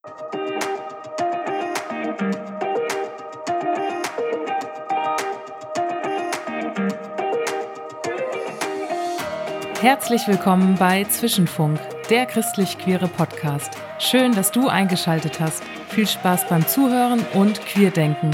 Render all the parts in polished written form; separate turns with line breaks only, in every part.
Herzlich willkommen bei Zwischenfunk, der christlich-queere Podcast. Schön, dass du eingeschaltet hast. Viel Spaß beim Zuhören und Queerdenken.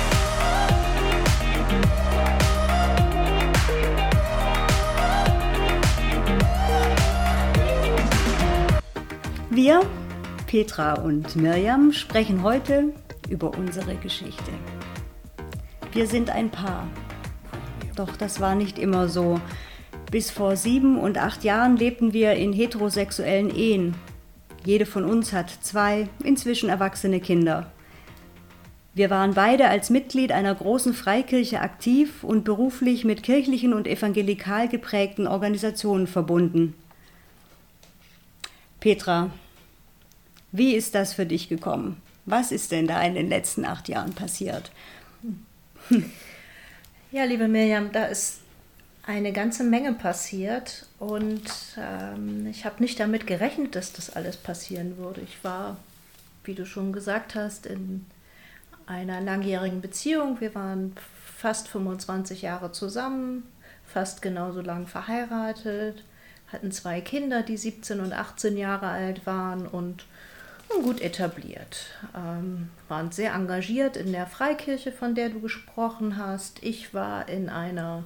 Wir, Petra und Mirjam, sprechen heute über unsere Geschichte. Wir sind ein Paar. Doch das war nicht immer so. Bis vor 7 und 8 Jahren lebten wir in heterosexuellen Ehen. Jede von uns hat 2 inzwischen erwachsene Kinder. Wir waren beide als Mitglied einer großen Freikirche aktiv und beruflich mit kirchlichen und evangelikal geprägten Organisationen verbunden. Petra, wie ist das für dich gekommen? Was ist denn da in den letzten 8 Jahren passiert?
Ja, liebe Mirjam, da ist eine ganze Menge passiert und ich habe nicht damit gerechnet, dass das alles passieren würde. Ich war, wie du schon gesagt hast, in einer langjährigen Beziehung. Wir waren fast 25 Jahre zusammen, fast genauso lang verheiratet, hatten 2 Kinder, die 17 und 18 Jahre alt waren und gut etabliert. Waren sehr engagiert in der Freikirche, von der du gesprochen hast. Ich war in einer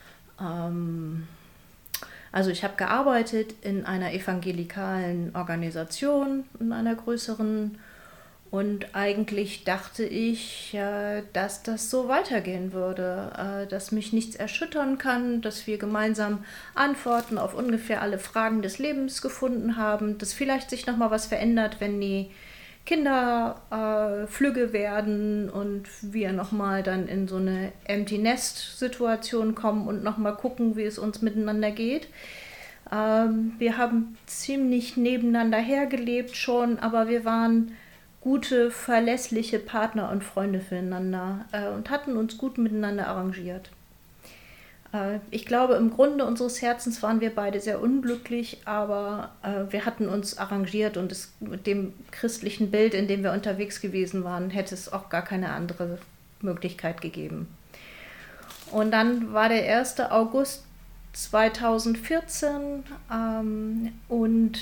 Also ich habe gearbeitet in einer evangelikalen Organisation, in einer größeren, und eigentlich dachte ich, dass das so weitergehen würde, dass mich nichts erschüttern kann, dass wir gemeinsam Antworten auf ungefähr alle Fragen des Lebens gefunden haben, dass vielleicht sich nochmal was verändert, wenn die Kinder flügge werden und wir nochmal dann in so eine Empty-Nest-Situation kommen und nochmal gucken, wie es uns miteinander geht. Wir haben ziemlich nebeneinander hergelebt schon, aber wir waren gute, verlässliche Partner und Freunde füreinander und hatten uns gut miteinander arrangiert. Ich glaube, im Grunde unseres Herzens waren wir beide sehr unglücklich, aber wir hatten uns arrangiert und mit dem christlichen Bild, in dem wir unterwegs gewesen waren, hätte es auch gar keine andere Möglichkeit gegeben. Und dann war der 1. August 2014 und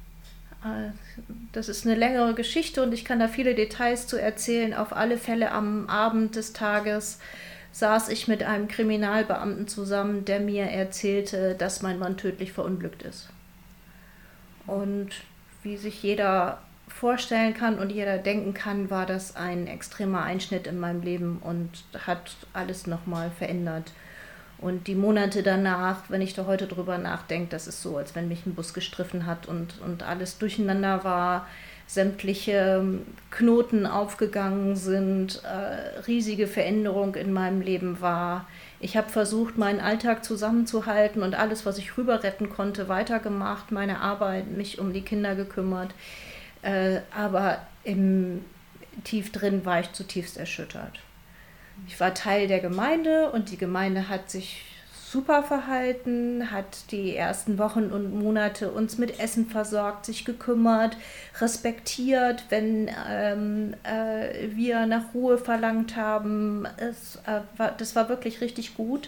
das ist eine längere Geschichte und ich kann da viele Details zu erzählen. Auf alle Fälle am Abend des Tages saß ich mit einem Kriminalbeamten zusammen, der mir erzählte, dass mein Mann tödlich verunglückt ist. Und wie sich jeder vorstellen kann und jeder denken kann, war das ein extremer Einschnitt in meinem Leben und hat alles nochmal verändert. Und die Monate danach, wenn ich da heute drüber nachdenke, das ist so, als wenn mich ein Bus gestriffen hat und alles durcheinander war, sämtliche Knoten aufgegangen sind, riesige Veränderung in meinem Leben war. Ich habe versucht, meinen Alltag zusammenzuhalten und alles, was ich rüber retten konnte, weitergemacht, meine Arbeit, mich um die Kinder gekümmert. Aber tief drin war ich zutiefst erschüttert. Ich war Teil der Gemeinde und die Gemeinde hat sich super verhalten, hat die ersten Wochen und Monate uns mit Essen versorgt, sich gekümmert, respektiert, wenn wir nach Ruhe verlangt haben. Das war wirklich richtig gut.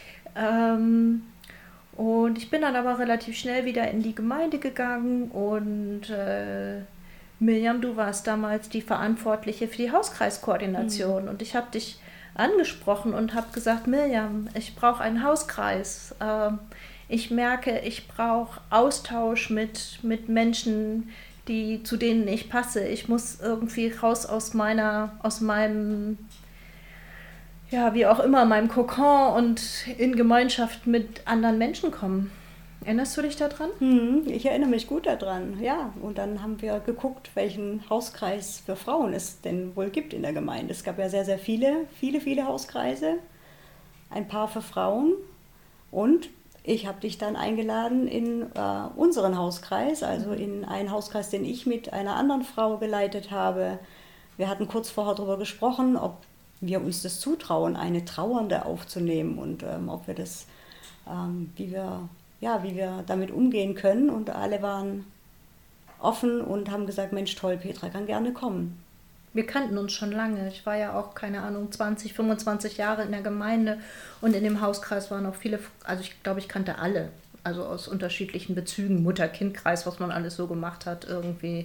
Und ich bin dann aber relativ schnell wieder in die Gemeinde gegangen und Mirjam, du warst damals die Verantwortliche für die Hauskreiskoordination und ich habe dich angesprochen und habe gesagt, Mirjam, ich brauche einen Hauskreis. Ich merke, ich brauche Austausch mit Menschen, zu denen ich passe. Ich muss irgendwie raus aus meinem, ja, wie auch immer, meinem Kokon und in Gemeinschaft mit anderen Menschen kommen. Erinnerst du dich daran?
Ich erinnere mich gut daran, ja. Und dann haben wir geguckt, welchen Hauskreis für Frauen es denn wohl gibt in der Gemeinde. Es gab ja sehr, sehr viele Hauskreise, ein paar für Frauen. Und ich habe dich dann eingeladen in unseren Hauskreis, also in einen Hauskreis, den ich mit einer anderen Frau geleitet habe. Wir hatten kurz vorher darüber gesprochen, ob wir uns das zutrauen, eine Trauernde aufzunehmen und ob wir das, wie wir damit umgehen können. Und alle waren offen und haben gesagt, Mensch, toll, Petra kann gerne kommen.
Wir kannten uns schon lange. Ich war ja auch, keine Ahnung, 20, 25 Jahre in der Gemeinde und in dem Hauskreis waren auch viele, also ich glaube, ich kannte alle, also aus unterschiedlichen Bezügen, Mutter-Kind-Kreis, was man alles so gemacht hat irgendwie.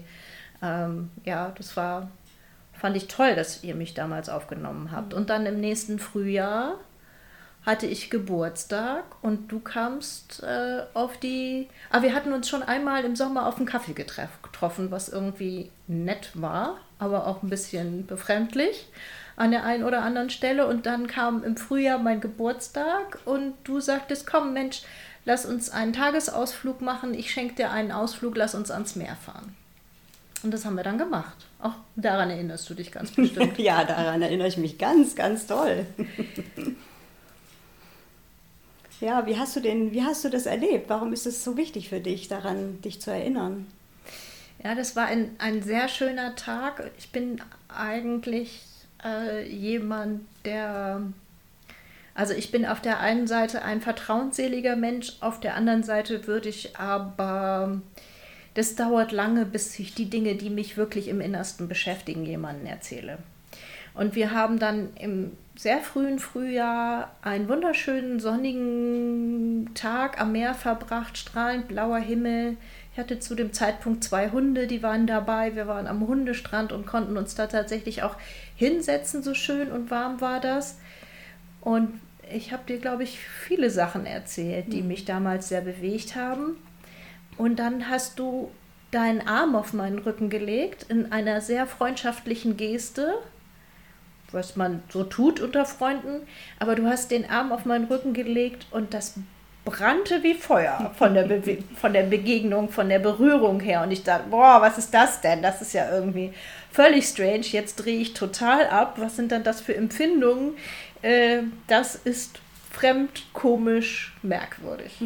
Fand ich toll, dass ihr mich damals aufgenommen habt. Und dann im nächsten Frühjahr hatte ich Geburtstag und du kamst wir hatten uns schon einmal im Sommer auf einen Kaffee getroffen, was irgendwie nett war, aber auch ein bisschen befremdlich an der einen oder anderen Stelle. Und dann kam im Frühjahr mein Geburtstag und du sagtest, komm Mensch, lass uns einen Tagesausflug machen, ich schenke dir einen Ausflug, lass uns ans Meer fahren. Und das haben wir dann gemacht. Auch daran erinnerst du dich ganz bestimmt.
Ja, daran erinnere ich mich ganz, ganz toll. Ja, wie hast du das erlebt? Warum ist es so wichtig für dich, daran dich zu erinnern?
Ja, das war ein sehr schöner Tag. Ich bin eigentlich jemand, ich bin auf der einen Seite ein vertrauensseliger Mensch, auf der anderen Seite würde ich aber, das dauert lange, bis ich die Dinge, die mich wirklich im Innersten beschäftigen, jemandem erzähle. Und wir haben dann im sehr frühen Frühjahr einen wunderschönen sonnigen Tag am Meer verbracht, strahlend blauer Himmel. Ich hatte zu dem Zeitpunkt 2 Hunde, die waren dabei. Wir waren am Hundestrand und konnten uns da tatsächlich auch hinsetzen, so schön und warm war das. Und ich habe dir, glaube ich, viele Sachen erzählt, die mich damals sehr bewegt haben. Und dann hast du deinen Arm auf meinen Rücken gelegt, in einer sehr freundschaftlichen Geste, was man so tut unter Freunden, aber du hast den Arm auf meinen Rücken gelegt und das brannte wie Feuer von der Begegnung, von der Berührung her. Und ich dachte, boah, was ist das denn? Das ist ja irgendwie völlig strange. Jetzt drehe ich total ab. Was sind dann das für Empfindungen? Das ist fremd, komisch, merkwürdig.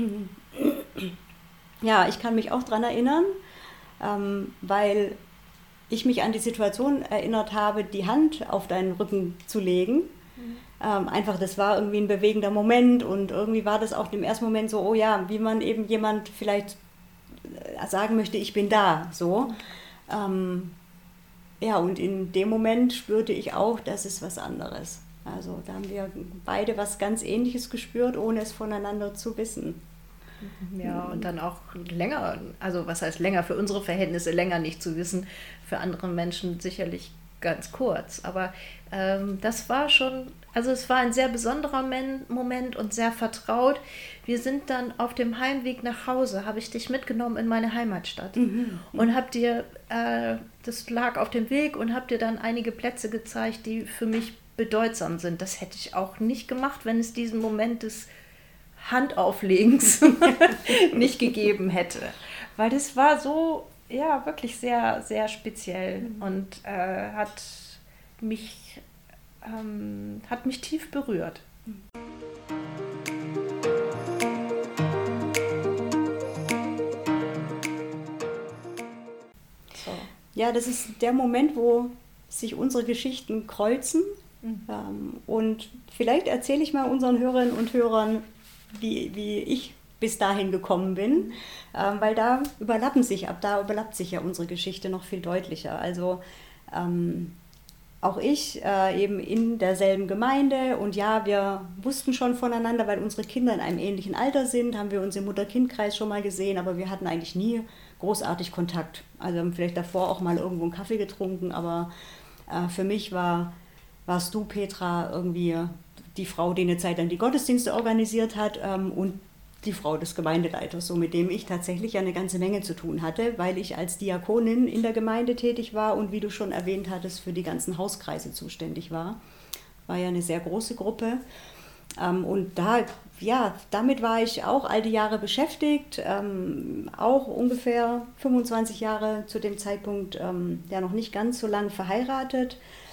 Ja, ich kann mich auch daran erinnern, weil ich mich an die Situation erinnert habe, die Hand auf deinen Rücken zu legen. Einfach, das war irgendwie ein bewegender Moment und irgendwie war das auch im ersten Moment so, oh ja, wie man eben jemand vielleicht sagen möchte, ich bin da, so. Ja, und in dem Moment spürte ich auch, das ist was anderes. Also da haben wir beide was ganz Ähnliches gespürt, ohne es voneinander zu wissen.
Ja, und dann auch länger, also was heißt länger, für unsere Verhältnisse länger nicht zu wissen, für andere Menschen sicherlich ganz kurz. Aber das war schon, also es war ein sehr besonderer Moment und sehr vertraut. Wir sind dann auf dem Heimweg nach Hause, habe ich dich mitgenommen in meine Heimatstadt und habe dir, das lag auf dem Weg und habe dir dann einige Plätze gezeigt, die für mich bedeutsam sind. Das hätte ich auch nicht gemacht, wenn es diesen Moment des Handauflegens nicht gegeben hätte. Weil das war so, ja, wirklich sehr, sehr speziell und hat mich tief berührt.
So. Ja, das ist der Moment, wo sich unsere Geschichten kreuzen. Und vielleicht erzähle ich mal unseren Hörerinnen und Hörern, wie ich bis dahin gekommen bin, weil da überlappt sich ja unsere Geschichte noch viel deutlicher. Also auch ich eben in derselben Gemeinde und ja, wir wussten schon voneinander, weil unsere Kinder in einem ähnlichen Alter sind, haben wir uns im Mutter-Kind-Kreis schon mal gesehen, aber wir hatten eigentlich nie großartig Kontakt. Also haben vielleicht davor auch mal irgendwo einen Kaffee getrunken, aber für mich warst du, Petra, irgendwie die Frau, die eine Zeit lang die Gottesdienste organisiert hat und die Frau des Gemeindeleiters, so mit dem ich tatsächlich eine ganze Menge zu tun hatte, weil ich als Diakonin in der Gemeinde tätig war und wie du schon erwähnt hattest, für die ganzen Hauskreise zuständig war. War ja eine sehr große Gruppe und damit war ich auch all die Jahre beschäftigt, auch ungefähr 25 Jahre zu dem Zeitpunkt, noch nicht ganz so lange verheiratet.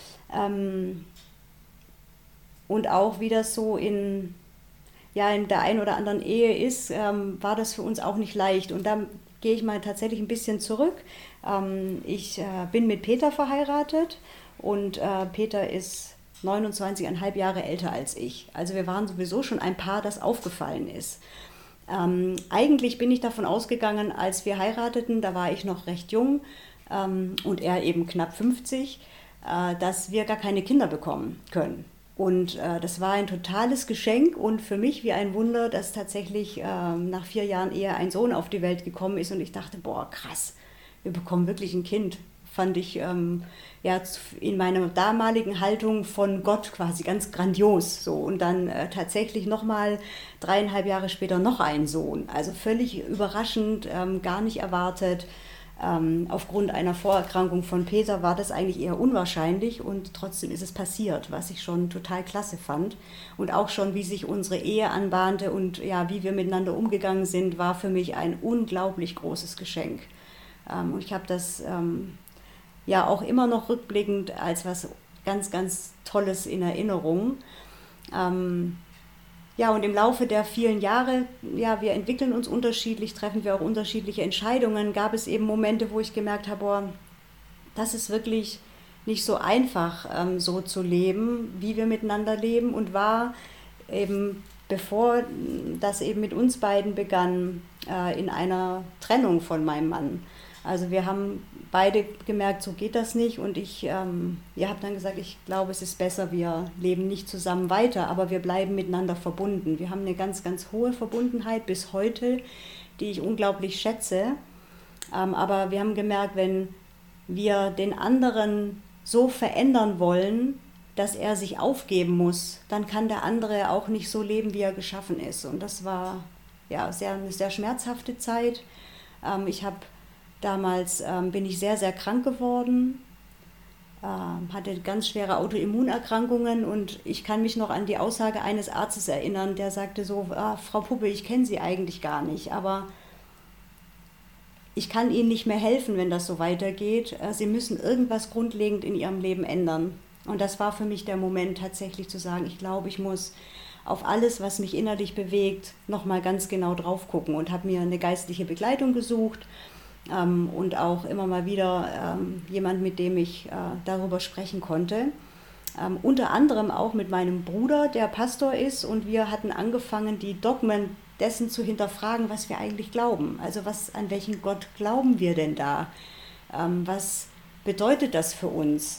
Und auch wie das so in der einen oder anderen Ehe ist, war das für uns auch nicht leicht. Und da gehe ich mal tatsächlich ein bisschen zurück. Ich bin mit Peter verheiratet und Peter ist 29,5 Jahre älter als ich. Also wir waren sowieso schon ein Paar, das aufgefallen ist. Eigentlich bin ich davon ausgegangen, als wir heirateten, da war ich noch recht jung und er eben knapp 50, dass wir gar keine Kinder bekommen können. Und das war ein totales Geschenk und für mich wie ein Wunder, dass tatsächlich nach 4 Jahren Ehe ein Sohn auf die Welt gekommen ist und ich dachte, boah, krass, wir bekommen wirklich ein Kind. Fand ich in meiner damaligen Haltung von Gott quasi ganz grandios. So. Und dann tatsächlich nochmal 3,5 Jahre später noch ein Sohn. Also völlig überraschend, gar nicht erwartet. Aufgrund einer Vorerkrankung von Peter war das eigentlich eher unwahrscheinlich und trotzdem ist es passiert, was ich schon total klasse fand. Und auch schon, wie sich unsere Ehe anbahnte und ja, wie wir miteinander umgegangen sind, war für mich ein unglaublich großes Geschenk. Und ich habe das ja auch immer noch rückblickend als was ganz, ganz Tolles in Erinnerung. Ja, und im Laufe der vielen Jahre, ja, wir entwickeln uns unterschiedlich, treffen wir auch unterschiedliche Entscheidungen, gab es eben Momente, wo ich gemerkt habe, boah, das ist wirklich nicht so einfach, so zu leben, wie wir miteinander leben und war eben, bevor das eben mit uns beiden begann, in einer Trennung von meinem Mann. Also wir haben beide gemerkt, so geht das nicht und ich habe dann gesagt, ich glaube, es ist besser, wir leben nicht zusammen weiter, aber wir bleiben miteinander verbunden. Wir haben eine ganz, ganz hohe Verbundenheit bis heute, die ich unglaublich schätze, aber wir haben gemerkt, wenn wir den anderen so verändern wollen, dass er sich aufgeben muss, dann kann der andere auch nicht so leben, wie er geschaffen ist. Und das war ja eine sehr schmerzhafte Zeit. Damals bin ich sehr, sehr krank geworden, hatte ganz schwere Autoimmunerkrankungen und ich kann mich noch an die Aussage eines Arztes erinnern, der sagte so, Frau Puppe, ich kenne Sie eigentlich gar nicht, aber ich kann Ihnen nicht mehr helfen, wenn das so weitergeht. Sie müssen irgendwas grundlegend in Ihrem Leben ändern. Und das war für mich der Moment tatsächlich zu sagen, ich glaube, ich muss auf alles, was mich innerlich bewegt, nochmal ganz genau drauf gucken und habe mir eine geistliche Begleitung gesucht. Und auch immer mal wieder jemand, mit dem ich darüber sprechen konnte. Unter anderem auch mit meinem Bruder, der Pastor ist, und wir hatten angefangen, die Dogmen dessen zu hinterfragen, was wir eigentlich glauben. Also an welchen Gott glauben wir denn da? Was bedeutet das für uns?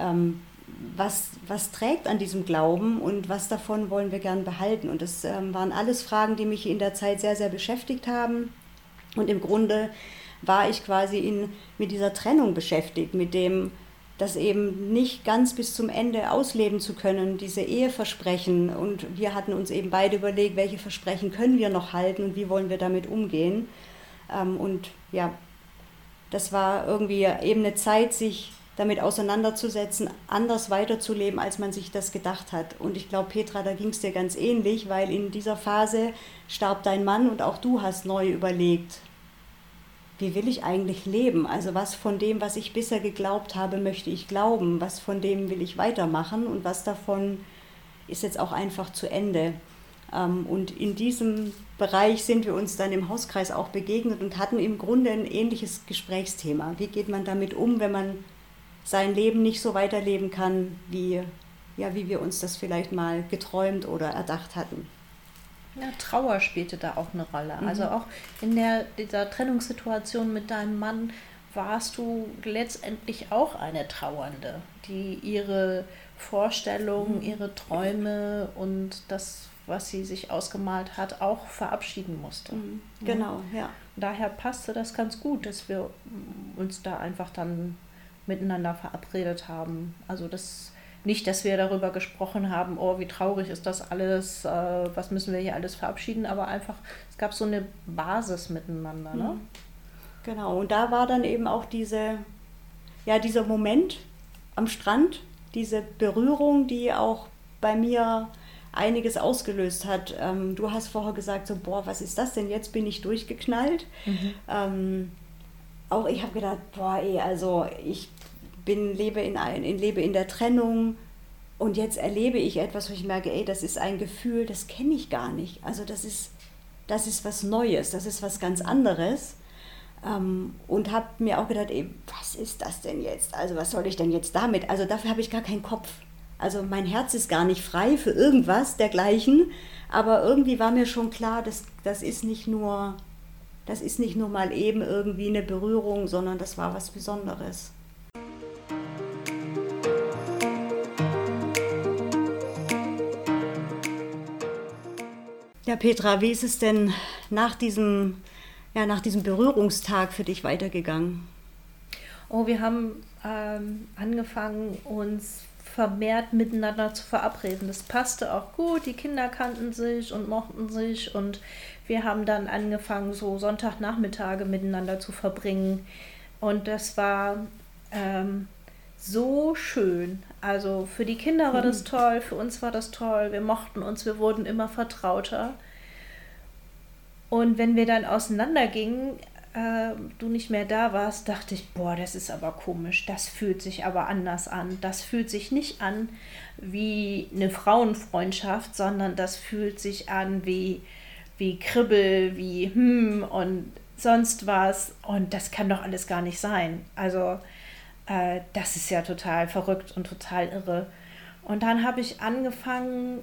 Was trägt an diesem Glauben und was davon wollen wir gern behalten? Und das waren alles Fragen, die mich in der Zeit sehr, sehr beschäftigt haben. Und im Grunde war ich quasi mit dieser Trennung beschäftigt, mit dem, das eben nicht ganz bis zum Ende ausleben zu können, diese Eheversprechen. Und wir hatten uns eben beide überlegt, welche Versprechen können wir noch halten und wie wollen wir damit umgehen. Und ja, das war irgendwie eben eine Zeit, sich damit auseinanderzusetzen, anders weiterzuleben, als man sich das gedacht hat. Und ich glaube, Petra, da ging es dir ganz ähnlich, weil in dieser Phase starb dein Mann und auch du hast neu überlegt, wie will ich eigentlich leben? Also was von dem, was ich bisher geglaubt habe, möchte ich glauben? Was von dem will ich weitermachen? Und was davon ist jetzt auch einfach zu Ende? Und in diesem Bereich sind wir uns dann im Hauskreis auch begegnet und hatten im Grunde ein ähnliches Gesprächsthema. Wie geht man damit um, wenn man sein Leben nicht so weiterleben kann, wie wir uns das vielleicht mal geträumt oder erdacht hatten?
Ja, Trauer spielte da auch eine Rolle. Also auch in dieser Trennungssituation mit deinem Mann warst du letztendlich auch eine Trauernde, die ihre Vorstellungen, ihre Träume und das, was sie sich ausgemalt hat, auch verabschieden musste.
Genau, ja.
Daher passte das ganz gut, dass wir uns da einfach dann miteinander verabredet haben. Also nicht, dass wir darüber gesprochen haben, oh, wie traurig ist das alles, was müssen wir hier alles verabschieden, aber einfach, es gab so eine Basis miteinander. Ne?
Genau, und da war dann eben auch dieser Moment am Strand, diese Berührung, die auch bei mir einiges ausgelöst hat. Du hast vorher gesagt, so, boah, was ist das denn, jetzt bin ich durchgeknallt. Auch ich habe gedacht, boah, also ich lebe in der Trennung und jetzt erlebe ich etwas, wo ich merke, das ist ein Gefühl, das kenne ich gar nicht. Also das ist was Neues, das ist was ganz anderes. Und habe mir auch gedacht, was ist das denn jetzt? Also was soll ich denn jetzt damit? Also dafür habe ich gar keinen Kopf. Also mein Herz ist gar nicht frei für irgendwas dergleichen, aber irgendwie war mir schon klar, das ist nicht nur mal eben irgendwie eine Berührung, sondern das war was Besonderes. Ja, Petra, wie ist es denn nach diesem Berührungstag für dich weitergegangen?
Oh, wir haben angefangen, uns vermehrt miteinander zu verabreden. Das passte auch gut, die Kinder kannten sich und mochten sich und wir haben dann angefangen, so Sonntagnachmittage miteinander zu verbringen und das war so schön. Also für die Kinder war das toll, für uns war das toll, wir mochten uns, wir wurden immer vertrauter. Und wenn wir dann auseinandergingen, du nicht mehr da warst, dachte ich, boah, das ist aber komisch, das fühlt sich aber anders an. Das fühlt sich nicht an wie eine Frauenfreundschaft, sondern das fühlt sich an wie Kribbel, wie und sonst was. Und das kann doch alles gar nicht sein. Also das ist ja total verrückt und total irre. Und dann habe ich angefangen,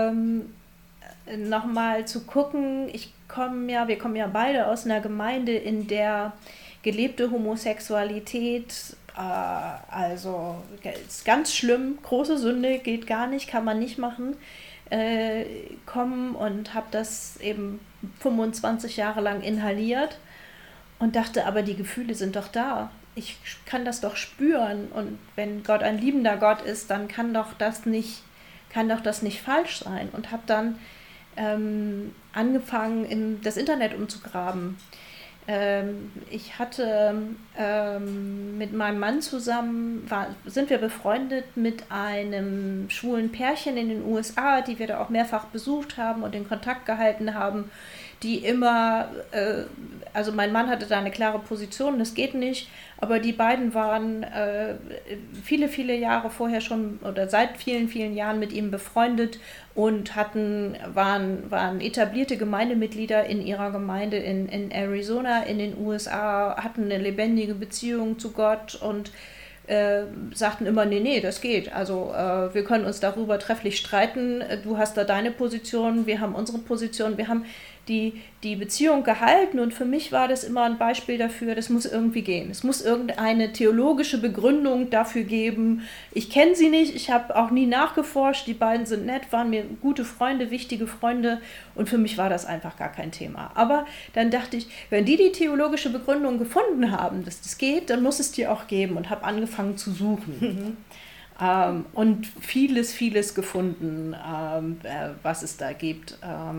nochmal zu gucken, wir kommen ja beide aus einer Gemeinde, in der gelebte Homosexualität, also ist ganz schlimm, große Sünde, geht gar nicht, kann man nicht machen, kommen und habe das eben 25 Jahre lang inhaliert und dachte, aber die Gefühle sind doch da. Ich kann das doch spüren und wenn Gott ein liebender Gott ist, dann kann doch das nicht falsch sein und habe dann angefangen, das Internet umzugraben. Ich hatte mit meinem Mann zusammen, sind wir befreundet mit einem schwulen Pärchen in den USA, die wir da auch mehrfach besucht haben und in Kontakt gehalten haben, die immer, also mein Mann hatte da eine klare Position, das geht nicht, aber die beiden waren viele, viele Jahre vorher schon oder seit vielen, vielen Jahren mit ihm befreundet und waren etablierte Gemeindemitglieder in ihrer Gemeinde in Arizona, in den USA, hatten eine lebendige Beziehung zu Gott und sagten immer, nee, das geht. Also wir können uns darüber trefflich streiten. Du hast da deine Position, wir haben unsere Position, wir haben die Beziehung gehalten und für mich war das immer ein Beispiel dafür, das muss irgendwie gehen. Es muss irgendeine theologische Begründung dafür geben. Ich kenne sie nicht, ich habe auch nie nachgeforscht, die beiden sind nett, waren mir gute Freunde, wichtige Freunde und für mich war das einfach gar kein Thema. Aber dann dachte ich, wenn die theologische Begründung gefunden haben, dass das geht, dann muss es die auch geben und habe angefangen zu suchen. Und vieles gefunden, was es da gibt.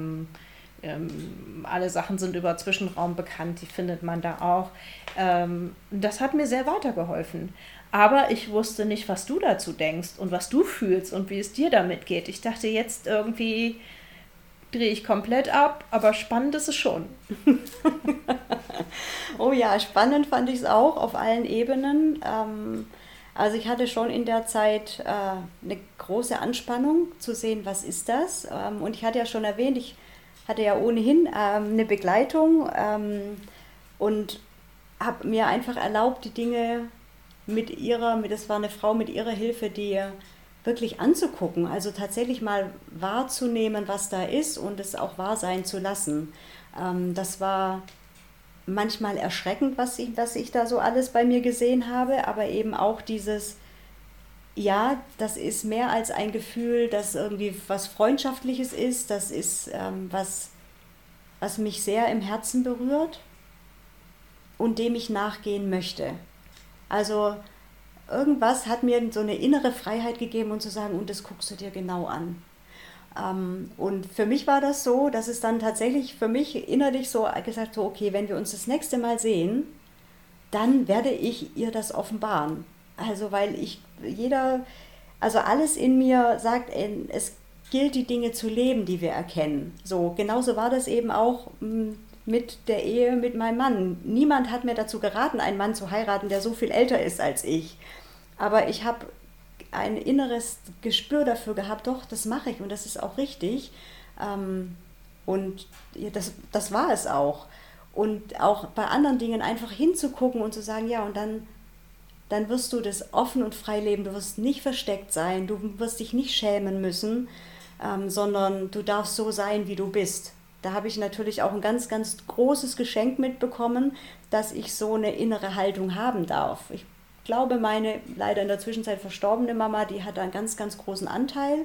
Alle Sachen sind über Zwischenraum bekannt, die findet man da auch. Das hat mir sehr weitergeholfen. Aber ich wusste nicht, was du dazu denkst und was du fühlst und wie es dir damit geht. Ich dachte, jetzt irgendwie drehe ich komplett ab, aber spannend ist es schon.
Oh ja, spannend fand ich es auch auf allen Ebenen. Also ich hatte schon in der Zeit eine große Anspannung zu sehen, was ist das? Und ich hatte ja schon erwähnt, ich hatte ja ohnehin eine Begleitung und habe mir einfach erlaubt, die Dinge das war eine Frau mit ihrer Hilfe, die wirklich anzugucken, also tatsächlich mal wahrzunehmen, was da ist und es auch wahr sein zu lassen. Das war manchmal erschreckend, was ich da so alles bei mir gesehen habe, aber eben auch dieses, ja, das ist mehr als ein Gefühl, das irgendwie was Freundschaftliches ist, das ist was mich sehr im Herzen berührt und dem ich nachgehen möchte. Also irgendwas hat mir so eine innere Freiheit gegeben und zu sagen, und das guckst du dir genau an. Und für mich war das so, dass es dann tatsächlich für mich innerlich so gesagt, so okay, wenn wir uns das nächste Mal sehen, dann werde ich ihr das offenbaren. Also weil alles in mir sagt, es gilt, die Dinge zu leben, die wir erkennen. So, genauso war das eben auch mit der Ehe mit meinem Mann. Niemand hat mir dazu geraten, einen Mann zu heiraten, der so viel älter ist als ich. Aber ich habe ein inneres Gespür dafür gehabt, doch, das mache ich und das ist auch richtig. Und das war es auch. Und auch bei anderen Dingen einfach hinzugucken und zu sagen, ja, und dann dann wirst du das offen und frei leben. Du wirst nicht versteckt sein, du wirst dich nicht schämen müssen, sondern du darfst so sein, wie du bist. Da habe ich natürlich auch ein ganz, ganz großes Geschenk mitbekommen, dass ich so eine innere Haltung haben darf. Ich glaube, meine leider in der Zwischenzeit verstorbene Mama, die hat einen ganz, ganz großen Anteil.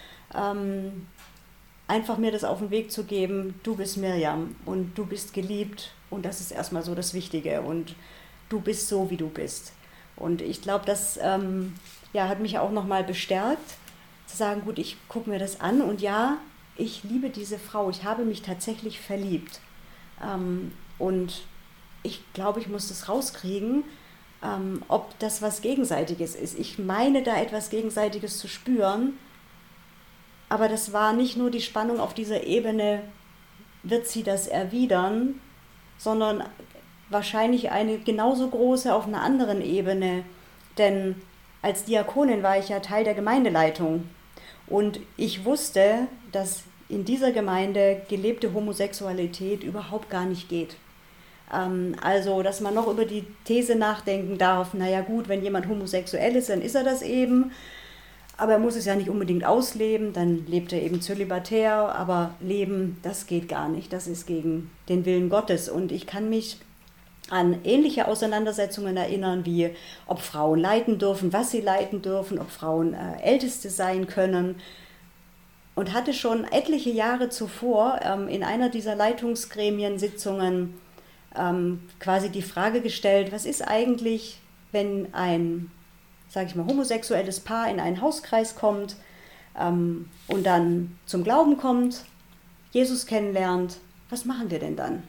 Einfach mir das auf den Weg zu geben, du bist Mirjam und du bist geliebt und das ist erstmal so das Wichtige und du bist so, wie du bist. Und ich glaube, das hat mich auch nochmal bestärkt, zu sagen, gut, ich gucke mir das an und ja, ich liebe diese Frau, ich habe mich tatsächlich verliebt. Und ich glaube, ich muss das rauskriegen, ob das was Gegenseitiges ist. Ich meine, da etwas Gegenseitiges zu spüren, aber das war nicht nur die Spannung auf dieser Ebene, wird sie das erwidern, sondern wahrscheinlich eine genauso große auf einer anderen Ebene. Denn als Diakonin war ich ja Teil der Gemeindeleitung. Und ich wusste, dass in dieser Gemeinde gelebte Homosexualität überhaupt gar nicht geht. Also, dass man noch über die These nachdenken darf, naja gut, wenn jemand homosexuell ist, dann ist er das eben. Aber er muss es ja nicht unbedingt ausleben, dann lebt er eben zölibatär. Aber leben, das geht gar nicht, das ist gegen den Willen Gottes. Und ich kann mich an ähnliche Auseinandersetzungen erinnern, wie ob Frauen leiten dürfen, was sie leiten dürfen, ob Frauen Älteste sein können. Und hatte schon etliche Jahre zuvor in einer dieser Leitungsgremiensitzungen quasi die Frage gestellt, was ist eigentlich, wenn ein, sage ich mal, homosexuelles Paar in einen Hauskreis kommt und dann zum Glauben kommt, Jesus kennenlernt, was machen wir denn dann?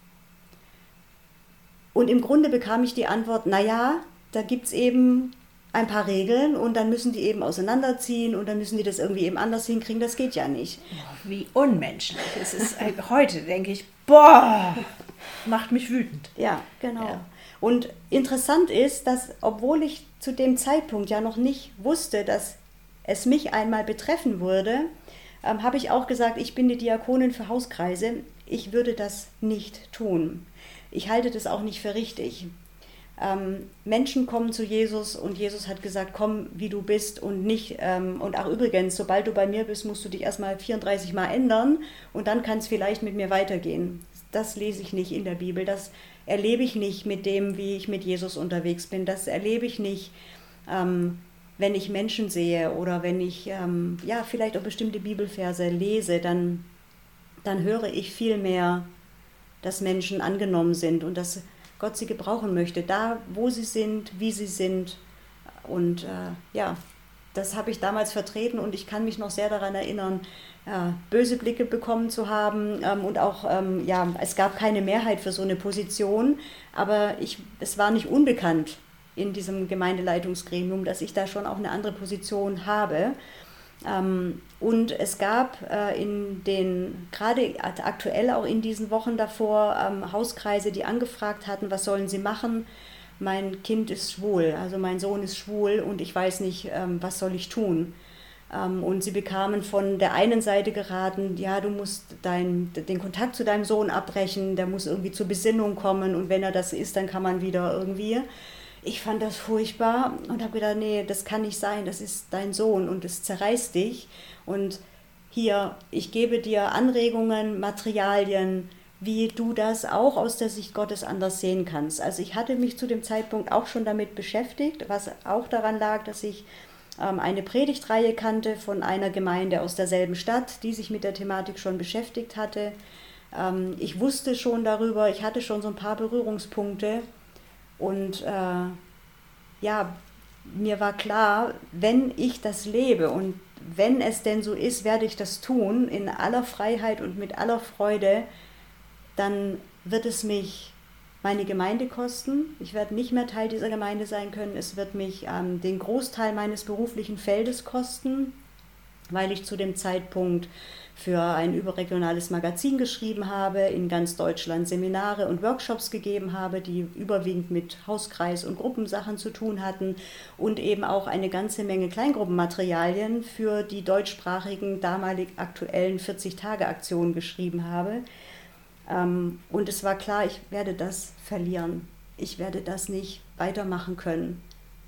Und im Grunde bekam ich die Antwort, naja, da gibt es eben ein paar Regeln und dann müssen die eben auseinanderziehen und dann müssen die das irgendwie eben anders hinkriegen, das geht ja nicht.
Wie unmenschlich. Es ist heute, denke ich, boah, macht mich wütend.
Ja, genau. Ja. Und interessant ist, dass, obwohl ich zu dem Zeitpunkt ja noch nicht wusste, dass es mich einmal betreffen würde, habe ich auch gesagt, ich bin die Diakonin für Hauskreise, ich würde das nicht tun. Ich halte das auch nicht für richtig. Menschen kommen zu Jesus und Jesus hat gesagt, komm, wie du bist und nicht, und ach übrigens, sobald du bei mir bist, musst du dich erstmal 34 Mal ändern und dann kann es vielleicht mit mir weitergehen. Das lese ich nicht in der Bibel, das erlebe ich nicht mit dem, wie ich mit Jesus unterwegs bin, das erlebe ich nicht, wenn ich Menschen sehe oder wenn ich vielleicht auch bestimmte Bibelverse lese, dann höre ich viel mehr, dass Menschen angenommen sind und dass Gott sie gebrauchen möchte, da wo sie sind, wie sie sind. Und das habe ich damals vertreten und ich kann mich noch sehr daran erinnern, böse Blicke bekommen zu haben und auch, es gab keine Mehrheit für so eine Position, aber es war nicht unbekannt in diesem Gemeindeleitungsgremium, dass ich da schon auch eine andere Position habe. Und es gab gerade aktuell auch in diesen Wochen davor Hauskreise, die angefragt hatten, was sollen sie machen? Mein Kind ist schwul, also mein Sohn ist schwul und ich weiß nicht, was soll ich tun? Und sie bekamen von der einen Seite geraten, ja, du musst den Kontakt zu deinem Sohn abbrechen, der muss irgendwie zur Besinnung kommen und wenn er das ist, dann kann man wieder irgendwie. Ich fand das furchtbar und habe gedacht, nee, das kann nicht sein, das ist dein Sohn und es zerreißt dich. Und hier, ich gebe dir Anregungen, Materialien, wie du das auch aus der Sicht Gottes anders sehen kannst. Also ich hatte mich zu dem Zeitpunkt auch schon damit beschäftigt, was auch daran lag, dass ich eine Predigtreihe kannte von einer Gemeinde aus derselben Stadt, die sich mit der Thematik schon beschäftigt hatte. Ich wusste schon darüber, ich hatte schon so ein paar Berührungspunkte. Und mir war klar, wenn ich das lebe und wenn es denn so ist, werde ich das tun in aller Freiheit und mit aller Freude, dann wird es mich meine Gemeinde kosten. Ich werde nicht mehr Teil dieser Gemeinde sein können. Es wird mich den Großteil meines beruflichen Feldes kosten, weil ich zu dem Zeitpunkt für ein überregionales Magazin geschrieben habe, in ganz Deutschland Seminare und Workshops gegeben habe, die überwiegend mit Hauskreis- und Gruppensachen zu tun hatten und eben auch eine ganze Menge Kleingruppenmaterialien für die deutschsprachigen, damalig aktuellen 40-Tage-Aktionen geschrieben habe. Und es war klar, ich werde das verlieren. Ich werde das nicht weitermachen können.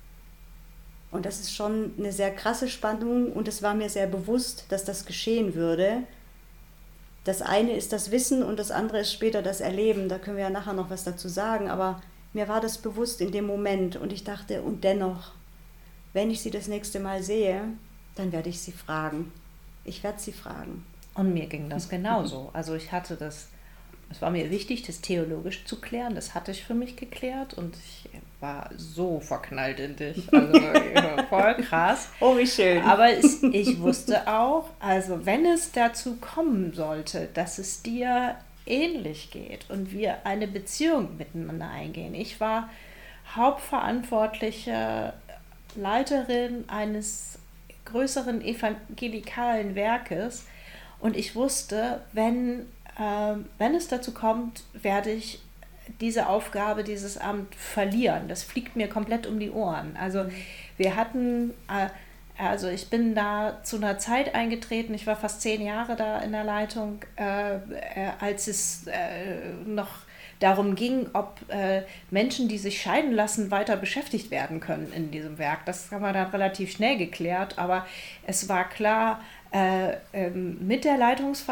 Und das ist schon eine sehr krasse Spannung und es war mir sehr bewusst, dass das geschehen würde. Das eine ist das Wissen und das andere ist später das Erleben. Da können wir ja nachher noch was dazu sagen, aber mir war das bewusst in dem Moment und ich dachte, und dennoch, wenn ich sie das nächste Mal sehe, dann werde ich sie fragen. Ich werde sie fragen.
Und mir ging das genauso. Also es war mir wichtig, das theologisch zu klären. Das hatte ich für mich geklärt und ich war so verknallt in dich. Also voll krass.
Oh, wie schön.
Aber ich wusste auch, also wenn es dazu kommen sollte, dass es dir ähnlich geht und wir eine Beziehung miteinander eingehen. Ich war hauptverantwortliche Leiterin eines größeren evangelikalen Werkes und ich wusste, wenn es dazu kommt, werde ich diese Aufgabe, dieses Amt verlieren. Das fliegt mir komplett um die Ohren. Also wir hatten, ich bin da zu einer Zeit eingetreten, ich war fast 10 Jahre da in der Leitung, als es noch darum ging, ob Menschen, die sich scheiden lassen, weiter beschäftigt werden können in diesem Werk. Das haben wir dann relativ schnell geklärt, aber es war klar, mit der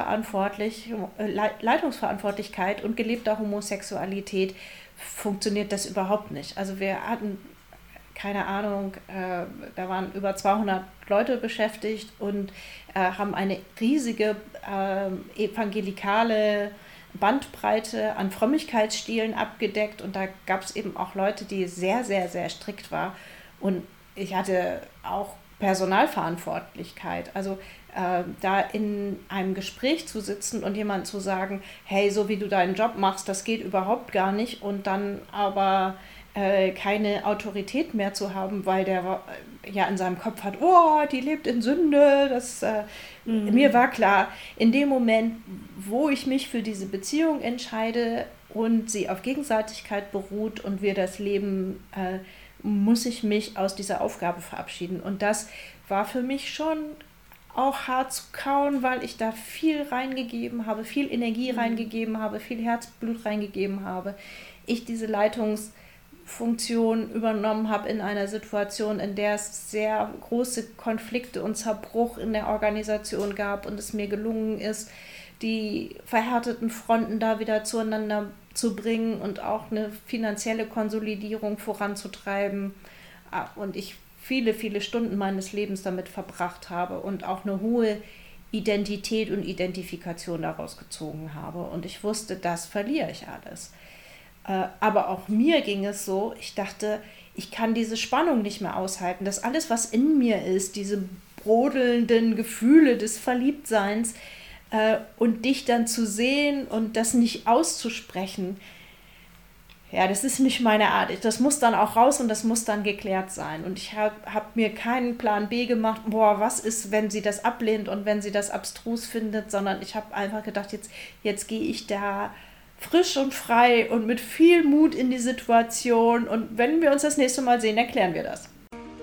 Leitungsverantwortlichkeit und gelebter Homosexualität funktioniert das überhaupt nicht. Also wir hatten, keine Ahnung, da waren über 200 Leute beschäftigt und haben eine riesige evangelikale Bandbreite an Frömmigkeitsstilen abgedeckt und da gab es eben auch Leute, die sehr, sehr, sehr strikt waren und ich hatte auch Personalverantwortlichkeit, also da in einem Gespräch zu sitzen und jemand zu sagen, hey, so wie du deinen Job machst, das geht überhaupt gar nicht und dann aber keine Autorität mehr zu haben, weil der ja in seinem Kopf hat, oh, die lebt in Sünde, mir war klar, in dem Moment, wo ich mich für diese Beziehung entscheide und sie auf Gegenseitigkeit beruht und wir das leben, muss ich mich aus dieser Aufgabe verabschieden und das war für mich schon auch hart zu kauen, weil ich da viel reingegeben habe, viel Energie reingegeben habe, viel Herzblut reingegeben habe. Ich diese Leitungsfunktion übernommen habe in einer Situation, in der es sehr große Konflikte und Zerbruch in der Organisation gab und es mir gelungen ist, die verhärteten Fronten da wieder zueinander zu bringen und auch eine finanzielle Konsolidierung voranzutreiben. Und ich viele, viele Stunden meines Lebens damit verbracht habe und auch eine hohe Identität und Identifikation daraus gezogen habe. Und ich wusste, das verliere ich alles. Aber auch mir ging es so, ich dachte, ich kann diese Spannung nicht mehr aushalten, dass alles, was in mir ist, diese brodelnden Gefühle des Verliebtseins und dich dann zu sehen und das nicht auszusprechen, ja, das ist nicht meine Art. Das muss dann auch raus und das muss dann geklärt sein. Und ich hab mir keinen Plan B gemacht, was ist, wenn sie das ablehnt und wenn sie das abstrus findet, sondern ich habe einfach gedacht, jetzt gehe ich da frisch und frei und mit viel Mut in die Situation und wenn wir uns das nächste Mal sehen, dann klären wir das.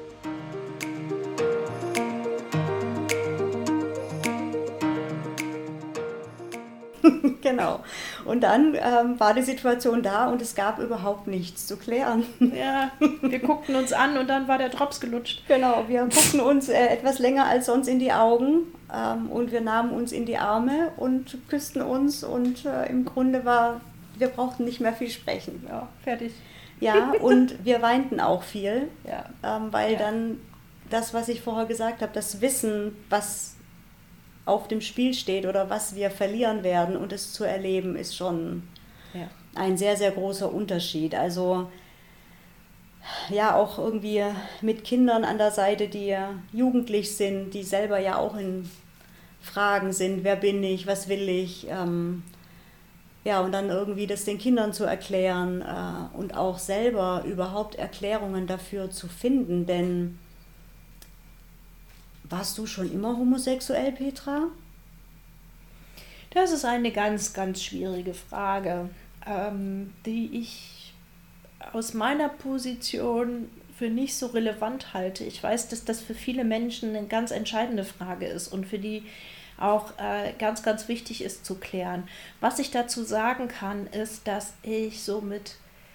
Genau. Und dann war die Situation da und es gab überhaupt nichts zu klären.
Ja, wir guckten uns an und dann war der Drops gelutscht.
Genau, wir guckten uns etwas länger als sonst in die Augen und wir nahmen uns in die Arme und küssten uns und im Grunde wir brauchten nicht mehr viel sprechen.
Ja, fertig.
Ja, und wir weinten auch viel,
ja.
Weil dann das, was ich vorher gesagt habe, das Wissen, was auf dem Spiel steht oder was wir verlieren werden und es zu erleben, ist schon ein sehr, sehr großer Unterschied. Also ja, auch irgendwie mit Kindern an der Seite, die jugendlich sind, die selber ja auch in Fragen sind, wer bin ich, was will ich, ja, und dann irgendwie das den Kindern zu erklären und auch selber überhaupt Erklärungen dafür zu finden, denn warst du schon immer homosexuell, Petra?
Das ist eine ganz, ganz schwierige Frage, die ich aus meiner Position für nicht so relevant halte. Ich weiß, dass das für viele Menschen eine ganz entscheidende Frage ist und für die auch ganz, ganz wichtig ist zu klären. Was ich dazu sagen kann, ist, dass ich so mit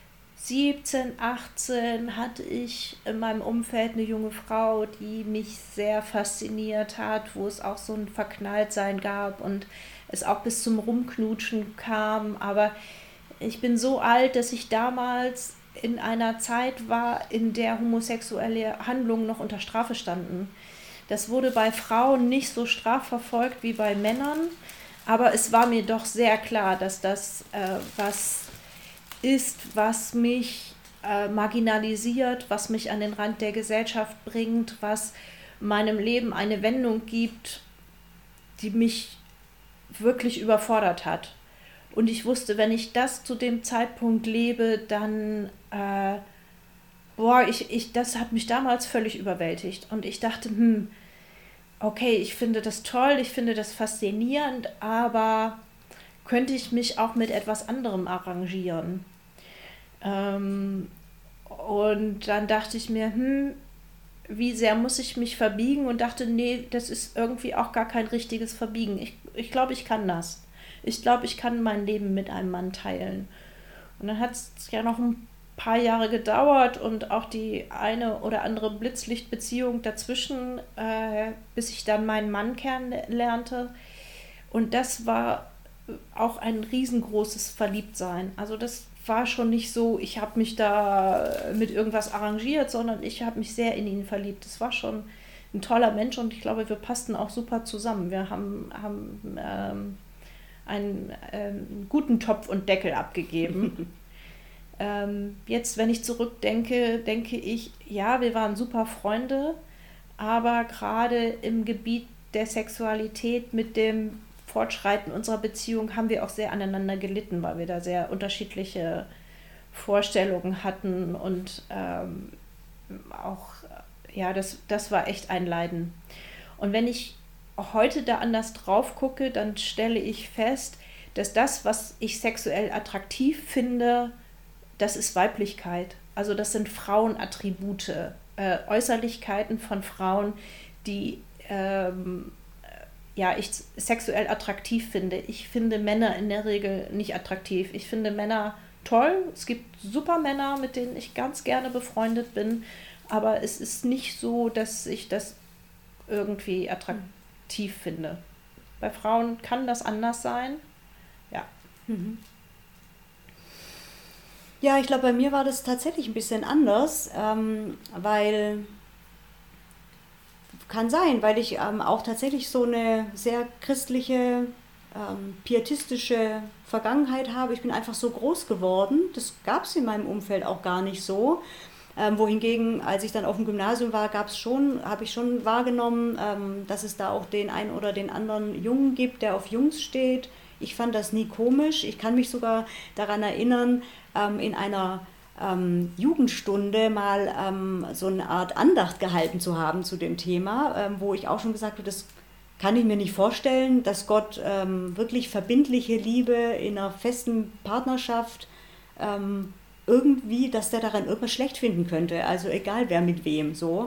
17, 18 hatte ich in meinem Umfeld eine junge Frau, die mich sehr fasziniert hat, wo es auch so ein Verknalltsein gab und es auch bis zum Rumknutschen kam. Aber ich bin so alt, dass ich damals in einer Zeit war, in der homosexuelle Handlungen noch unter Strafe standen. Das wurde bei Frauen nicht so strafverfolgt wie bei Männern, aber es war mir doch sehr klar, dass das was ist, was mich marginalisiert, was mich an den Rand der Gesellschaft bringt, was meinem Leben eine Wendung gibt, die mich wirklich überfordert hat. Und ich wusste, wenn ich das zu dem Zeitpunkt lebe, dann, das hat mich damals völlig überwältigt. Und ich dachte, okay, ich finde das toll, ich finde das faszinierend, aber könnte ich mich auch mit etwas anderem arrangieren? Und dann dachte ich mir, wie sehr muss ich mich verbiegen? Und dachte, nee, das ist irgendwie auch gar kein richtiges Verbiegen. Ich glaube, ich kann das. Ich glaube, ich kann mein Leben mit einem Mann teilen. Und dann hat es ja noch ein paar Jahre gedauert und auch die eine oder andere Blitzlichtbeziehung dazwischen, bis ich dann meinen Mann kennenlernte. Und das war auch ein riesengroßes Verliebtsein. Also das war schon nicht so, ich habe mich da mit irgendwas arrangiert, sondern ich habe mich sehr in ihn verliebt. Das war schon ein toller Mensch und ich glaube, wir passten auch super zusammen. Wir haben einen guten Topf und Deckel abgegeben. Jetzt, wenn ich zurückdenke, denke ich, ja, wir waren super Freunde, aber gerade im Gebiet der Sexualität mit dem Fortschreiten unserer Beziehung haben wir auch sehr aneinander gelitten, weil wir da sehr unterschiedliche Vorstellungen hatten und das war echt ein Leiden. Und wenn ich heute da anders drauf gucke, dann stelle ich fest, dass das, was ich sexuell attraktiv finde, das ist Weiblichkeit. Also das sind Frauenattribute, Äußerlichkeiten von Frauen, die ich sexuell attraktiv finde. Ich finde Männer in der Regel nicht attraktiv. Ich finde Männer toll. Es gibt super Männer, mit denen ich ganz gerne befreundet bin. Aber es ist nicht so, dass ich das irgendwie attraktiv finde. Bei Frauen kann das anders sein. Ja.
Ja, ich glaube, bei mir war das tatsächlich ein bisschen anders, weil... Kann sein, weil ich auch tatsächlich so eine sehr christliche, pietistische Vergangenheit habe. Ich bin einfach so groß geworden. Das gab es in meinem Umfeld auch gar nicht so. Wohingegen, als ich dann auf dem Gymnasium war, habe ich schon wahrgenommen, dass es da auch den einen oder den anderen Jungen gibt, der auf Jungs steht. Ich fand das nie komisch. Ich kann mich sogar daran erinnern, in einer Jugendstunde mal so eine Art Andacht gehalten zu haben zu dem Thema, wo ich auch schon gesagt habe, das kann ich mir nicht vorstellen, dass Gott wirklich verbindliche Liebe in einer festen Partnerschaft irgendwie, dass der daran irgendwas schlecht finden könnte, also egal wer mit wem so.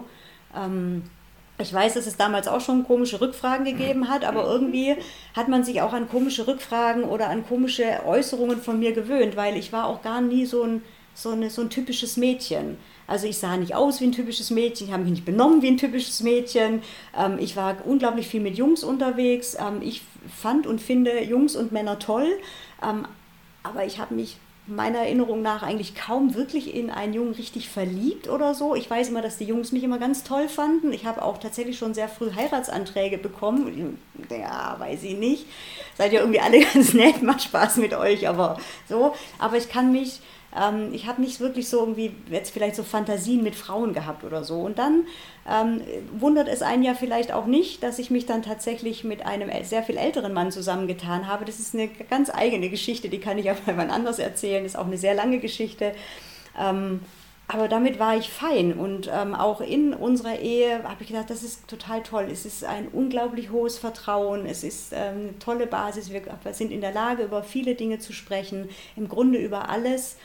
Ich weiß, dass es damals auch schon komische Rückfragen gegeben hat, aber irgendwie hat man sich auch an komische Rückfragen oder an komische Äußerungen von mir gewöhnt, weil ich war auch gar nie so ein typisches Mädchen. Also ich sah nicht aus wie ein typisches Mädchen, ich habe mich nicht benommen wie ein typisches Mädchen. Ich war unglaublich viel mit Jungs unterwegs. Ich fand und finde Jungs und Männer toll, aber ich habe mich meiner Erinnerung nach eigentlich kaum wirklich in einen Jungen richtig verliebt oder so. Ich weiß immer, dass die Jungs mich immer ganz toll fanden. Ich habe auch tatsächlich schon sehr früh Heiratsanträge bekommen. Ja, weiß ich nicht. Seid ihr irgendwie alle ganz nett, macht Spaß mit euch, aber so. Aber ich habe nicht wirklich so irgendwie jetzt vielleicht so Fantasien mit Frauen gehabt oder so. Und dann wundert es einen ja vielleicht auch nicht, dass ich mich dann tatsächlich mit einem sehr viel älteren Mann zusammengetan habe. Das ist eine ganz eigene Geschichte, die kann ich aber jemand anders erzählen. Das ist auch eine sehr lange Geschichte. Aber damit war ich fein. Und auch in unserer Ehe habe ich gedacht, das ist total toll. Es ist ein unglaublich hohes Vertrauen. Es ist eine tolle Basis. Wir sind in der Lage, über viele Dinge zu sprechen. Im Grunde über alles.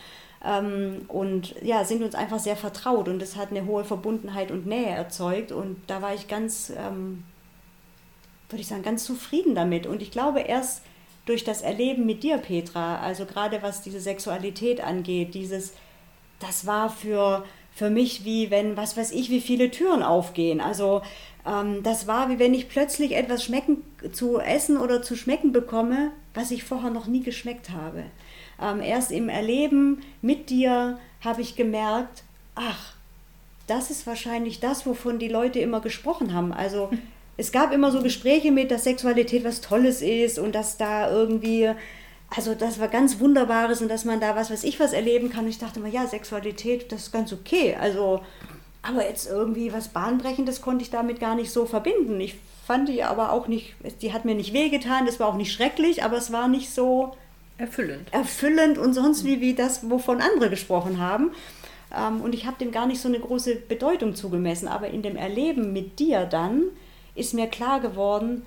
Und ja, sind uns einfach sehr vertraut und das hat eine hohe Verbundenheit und Nähe erzeugt und da war ich ganz, würde ich sagen, ganz zufrieden damit und ich glaube erst durch das Erleben mit dir, Petra, also gerade was diese Sexualität angeht, dieses das war für mich wie wenn, was weiß ich, wie viele Türen aufgehen. Also das war wie wenn ich plötzlich etwas zu essen oder zu schmecken bekomme, was ich vorher noch nie geschmeckt habe. Erst im Erleben mit dir habe ich gemerkt, ach, das ist wahrscheinlich das, wovon die Leute immer gesprochen haben. Also es gab immer so Gespräche mit, dass Sexualität was Tolles ist und dass da irgendwie, also das war ganz Wunderbares und dass man da was erleben kann. Und ich dachte immer, ja, Sexualität, das ist ganz okay. Also, aber jetzt irgendwie was Bahnbrechendes konnte ich damit gar nicht so verbinden. Ich fand die aber auch nicht, die hat mir nicht wehgetan, das war auch nicht schrecklich, aber es war nicht so erfüllend und sonst wie das, wovon andere gesprochen haben. Und ich habe dem gar nicht so eine große Bedeutung zugemessen. Aber in dem Erleben mit dir dann ist mir klar geworden,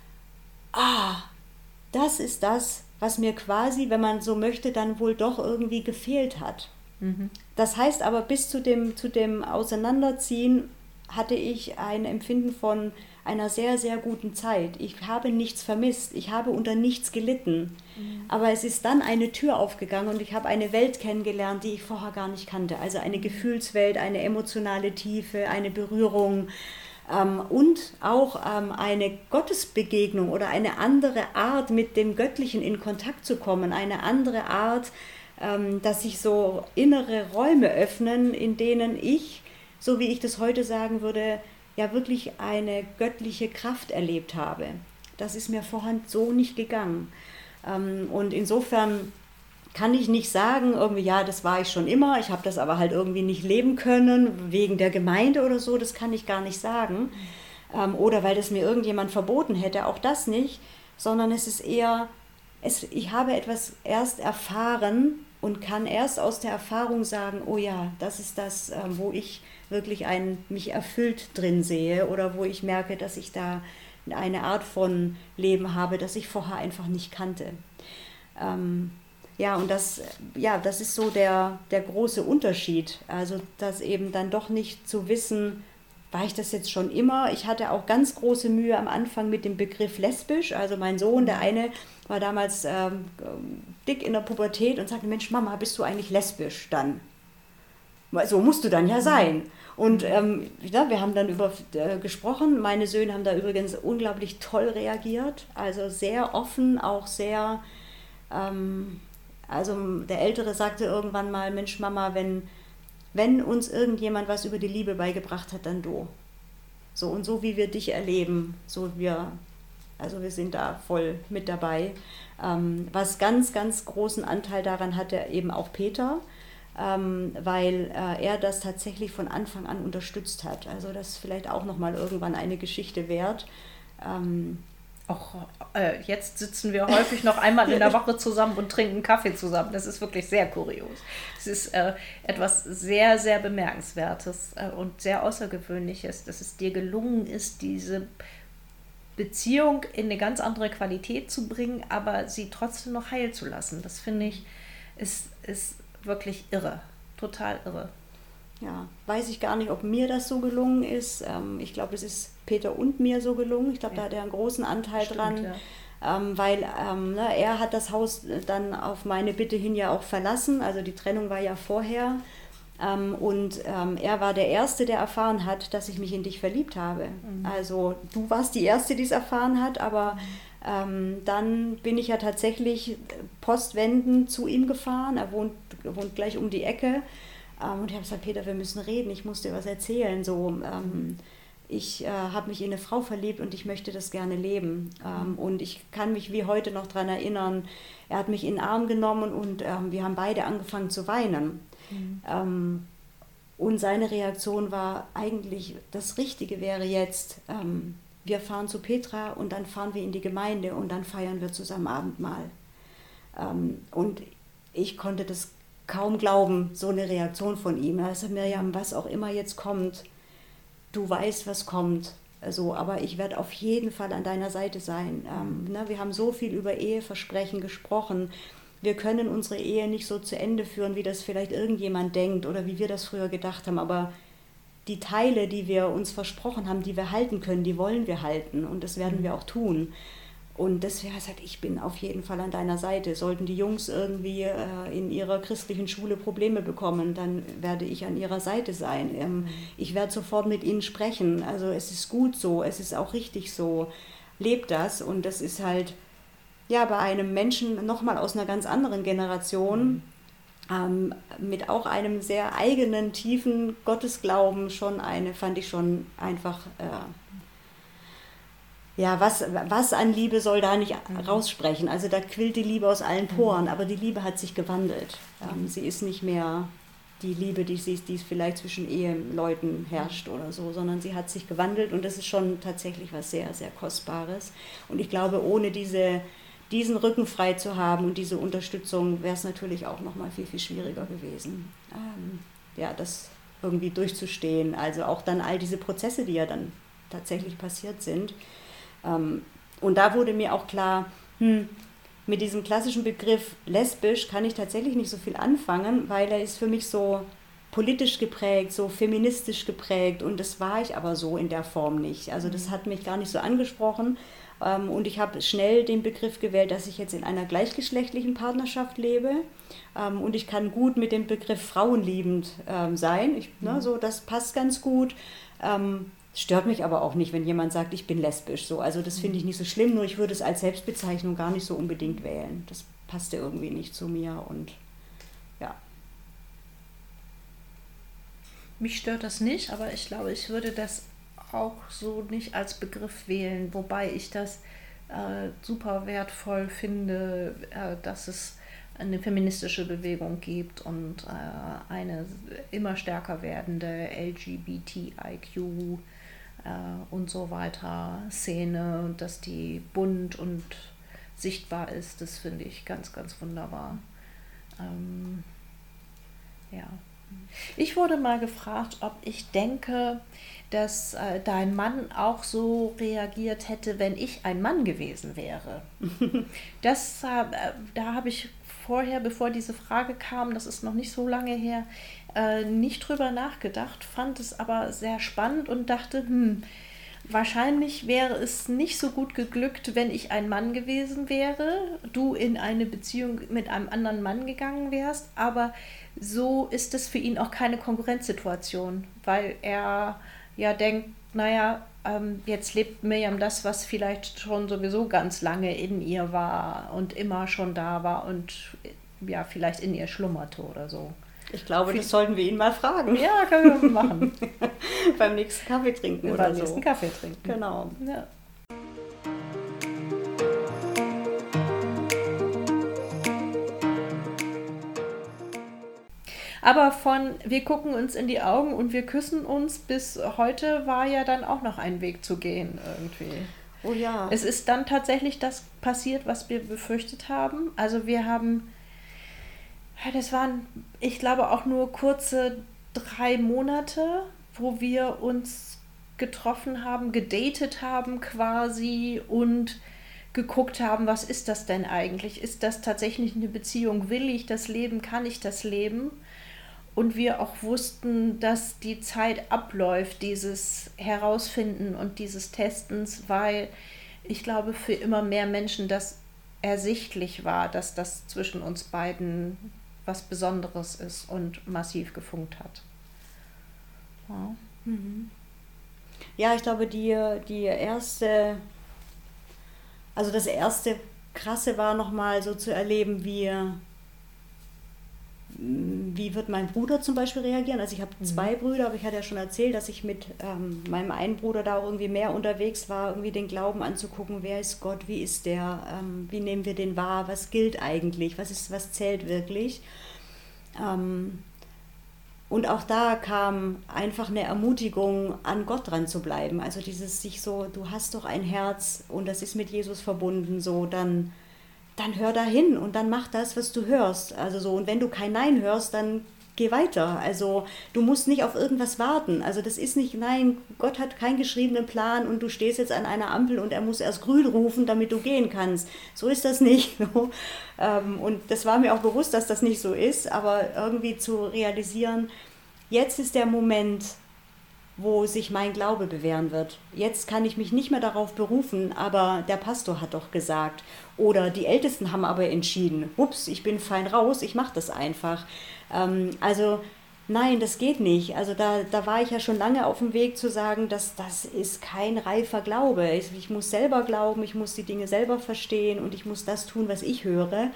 das ist das, was mir quasi, wenn man so möchte, dann wohl doch irgendwie gefehlt hat. Mhm. Das heißt aber, bis zu dem Auseinanderziehen hatte ich ein Empfinden von einer sehr, sehr guten Zeit. Ich habe nichts vermisst, ich habe unter nichts gelitten. Mhm. Aber es ist dann eine Tür aufgegangen und ich habe eine Welt kennengelernt, die ich vorher gar nicht kannte. Also eine Gefühlswelt, eine emotionale Tiefe, eine Berührung und auch eine Gottesbegegnung oder eine andere Art, mit dem Göttlichen in Kontakt zu kommen. Eine andere Art, dass sich so innere Räume öffnen, in denen ich, so wie ich das heute sagen würde, ja wirklich eine göttliche Kraft erlebt habe. Das ist mir vorher so nicht gegangen. Und insofern kann ich nicht sagen, irgendwie, ja, das war ich schon immer, ich habe das aber halt irgendwie nicht leben können, wegen der Gemeinde oder so, das kann ich gar nicht sagen. Oder weil das mir irgendjemand verboten hätte, auch das nicht, sondern es ist eher, ich habe etwas erst erfahren und kann erst aus der Erfahrung sagen, oh ja, das ist das, wo ich wirklich mich erfüllt drin sehe oder wo ich merke, dass ich da eine Art von Leben habe, das ich vorher einfach nicht kannte. Ja, und das ist so der große Unterschied. Also das eben dann doch nicht zu wissen, war ich das jetzt schon immer? Ich hatte auch ganz große Mühe am Anfang mit dem Begriff lesbisch. Also mein Sohn, der eine, war damals dick in der Pubertät und sagte, Mensch, Mama, bist du eigentlich lesbisch dann? So musst du dann ja sein. Und wir haben dann gesprochen. Meine Söhne haben da übrigens unglaublich toll reagiert. Also sehr offen, auch sehr... Also der Ältere sagte irgendwann mal, Mensch Mama, wenn uns irgendjemand was über die Liebe beigebracht hat, dann du. So und so wie wir dich erleben, wir sind da voll mit dabei. Was ganz, ganz großen Anteil daran hatte eben auch Peter, weil er das tatsächlich von Anfang an unterstützt hat. Also das ist vielleicht auch nochmal irgendwann eine Geschichte wert.
Auch jetzt sitzen wir häufig noch einmal in der Woche zusammen und trinken Kaffee zusammen. Das ist wirklich sehr kurios. Es ist etwas sehr, sehr Bemerkenswertes und sehr Außergewöhnliches, dass es dir gelungen ist, diese Beziehung in eine ganz andere Qualität zu bringen, aber sie trotzdem noch heil zu lassen. Das finde ich, ist wirklich irre, total irre.
Ja, weiß ich gar nicht, ob mir das so gelungen ist. Ich glaube, es ist Peter und mir so gelungen. Ich glaube, da hat er einen großen Anteil dran, ja. Weil er hat das Haus dann auf meine Bitte hin ja auch verlassen. Also die Trennung war ja vorher. Und er war der Erste, der erfahren hat, dass ich mich in dich verliebt habe. Mhm. Also du warst die Erste, die es erfahren hat, aber dann bin ich ja tatsächlich postwendend zu ihm gefahren. Er wohnt gleich um die Ecke. Und ich habe gesagt, Peter, wir müssen reden, ich muss dir was erzählen. Ich habe mich in eine Frau verliebt und ich möchte das gerne leben. Und ich kann mich wie heute noch daran erinnern, er hat mich in den Arm genommen und wir haben beide angefangen zu weinen. Mhm. Und seine Reaktion war eigentlich, das Richtige wäre jetzt, wir fahren zu Petra und dann fahren wir in die Gemeinde und dann feiern wir zusammen Abendmahl. Und ich konnte das kaum glauben, so eine Reaktion von ihm. Er sagt, Mirjam, was auch immer jetzt kommt, du weißt, was kommt. Also, aber ich werde auf jeden Fall an deiner Seite sein. Wir haben so viel über Eheversprechen gesprochen. Wir können unsere Ehe nicht so zu Ende führen, wie das vielleicht irgendjemand denkt oder wie wir das früher gedacht haben. Aber die Teile, die wir uns versprochen haben, die wir halten können, die wollen wir halten und das werden wir auch tun. Und deswegen hat er gesagt, ich bin auf jeden Fall an deiner Seite. Sollten die Jungs irgendwie in ihrer christlichen Schule Probleme bekommen, dann werde ich an ihrer Seite sein. Ich werde sofort mit ihnen sprechen. Also es ist gut so, es ist auch richtig so. Lebt das. Und das ist halt ja bei einem Menschen nochmal aus einer ganz anderen Generation, mit auch einem sehr eigenen, tiefen Gottesglauben fand ich schon einfach... Ja, was an Liebe soll da nicht raussprechen? Also da quillt die Liebe aus allen Poren, aber die Liebe hat sich gewandelt. Sie ist nicht mehr die Liebe, die vielleicht zwischen Eheleuten herrscht oder so, sondern sie hat sich gewandelt und das ist schon tatsächlich was sehr, sehr Kostbares. Und ich glaube, ohne diesen Rücken frei zu haben und diese Unterstützung wäre es natürlich auch nochmal viel, viel schwieriger gewesen, das irgendwie durchzustehen. Also auch dann all diese Prozesse, die ja dann tatsächlich passiert sind. Und da wurde mir auch klar, mit diesem klassischen Begriff lesbisch kann ich tatsächlich nicht so viel anfangen, weil er ist für mich so politisch geprägt, so feministisch geprägt und das war ich aber so in der Form nicht. Also das hat mich gar nicht so angesprochen und ich habe schnell den Begriff gewählt, dass ich jetzt in einer gleichgeschlechtlichen Partnerschaft lebe und ich kann gut mit dem Begriff frauenliebend sein. So, das passt ganz gut. Stört mich aber auch nicht, wenn jemand sagt, ich bin lesbisch. So. Also das finde ich nicht so schlimm, nur ich würde es als Selbstbezeichnung gar nicht so unbedingt wählen. Das passte irgendwie nicht zu mir und ja.
Mich stört das nicht, aber ich glaube, ich würde das auch so nicht als Begriff wählen, wobei ich das super wertvoll finde, dass es eine feministische Bewegung gibt und eine immer stärker werdende LGBTIQ und so weiter Szene, dass die bunt und sichtbar ist, das finde ich ganz, ganz wunderbar. Ja. Ich wurde mal gefragt, ob ich denke, dass dein Mann auch so reagiert hätte, wenn ich ein Mann gewesen wäre. Da habe ich vorher, bevor diese Frage kam, das ist noch nicht so lange her, nicht drüber nachgedacht, fand es aber sehr spannend und dachte, wahrscheinlich wäre es nicht so gut geglückt, wenn ich ein Mann gewesen wäre, du in eine Beziehung mit einem anderen Mann gegangen wärst, aber so ist es für ihn auch keine Konkurrenzsituation, weil er ja denkt, naja, jetzt lebt Mirjam das, was vielleicht schon sowieso ganz lange in ihr war und immer schon da war und ja, vielleicht in ihr schlummerte oder so.
Ich glaube, das sollten wir ihn mal fragen.
Ja, können wir machen.
Beim nächsten Kaffee trinken oder so.
Beim nächsten Kaffee trinken.
Genau.
Ja. Aber von wir gucken uns in die Augen und wir küssen uns bis heute war ja dann auch noch ein Weg zu gehen irgendwie.
Oh ja.
Es ist dann tatsächlich das passiert, was wir befürchtet haben. Also wir haben, das waren, ich glaube, auch nur kurze 3 Monate, wo wir uns getroffen haben, gedatet haben quasi und geguckt haben, was ist das denn eigentlich? Ist das tatsächlich eine Beziehung? Will ich das leben? Kann ich das leben? Und wir auch wussten, dass die Zeit abläuft, dieses Herausfinden und dieses Testens, weil ich glaube, für immer mehr Menschen das ersichtlich war, dass das zwischen uns beiden was Besonderes ist und massiv gefunkt hat. Ja,
ja, ich glaube, das erste Krasse war nochmal so zu erleben, wie wird mein Bruder zum Beispiel reagieren? Also ich habe 2 Brüder, aber ich hatte ja schon erzählt, dass ich mit meinem einen Bruder da auch irgendwie mehr unterwegs war, irgendwie den Glauben anzugucken, wer ist Gott, wie ist der, wie nehmen wir den wahr, was gilt eigentlich, was zählt wirklich. Und auch da kam einfach eine Ermutigung, an Gott dran zu bleiben. Also dieses sich so, du hast doch ein Herz und das ist mit Jesus verbunden, so dann hör da hin und dann mach das, was du hörst. Also so, und wenn du kein Nein hörst, dann geh weiter. Also du musst nicht auf irgendwas warten. Also das ist nicht, nein, Gott hat keinen geschriebenen Plan und du stehst jetzt an einer Ampel und er muss erst grün rufen, damit du gehen kannst. So ist das nicht. Und das war mir auch bewusst, dass das nicht so ist, aber irgendwie zu realisieren, jetzt ist der Moment, wo sich mein Glaube bewähren wird. Jetzt kann ich mich nicht mehr darauf berufen, aber der Pastor hat doch gesagt. Oder die Ältesten haben aber entschieden, ups, ich bin fein raus, ich mache das einfach. Also nein, das geht nicht. Also da war ich ja schon lange auf dem Weg zu sagen, das ist kein reifer Glaube. Ich muss selber glauben, ich muss die Dinge selber verstehen und ich muss das tun, was ich höre.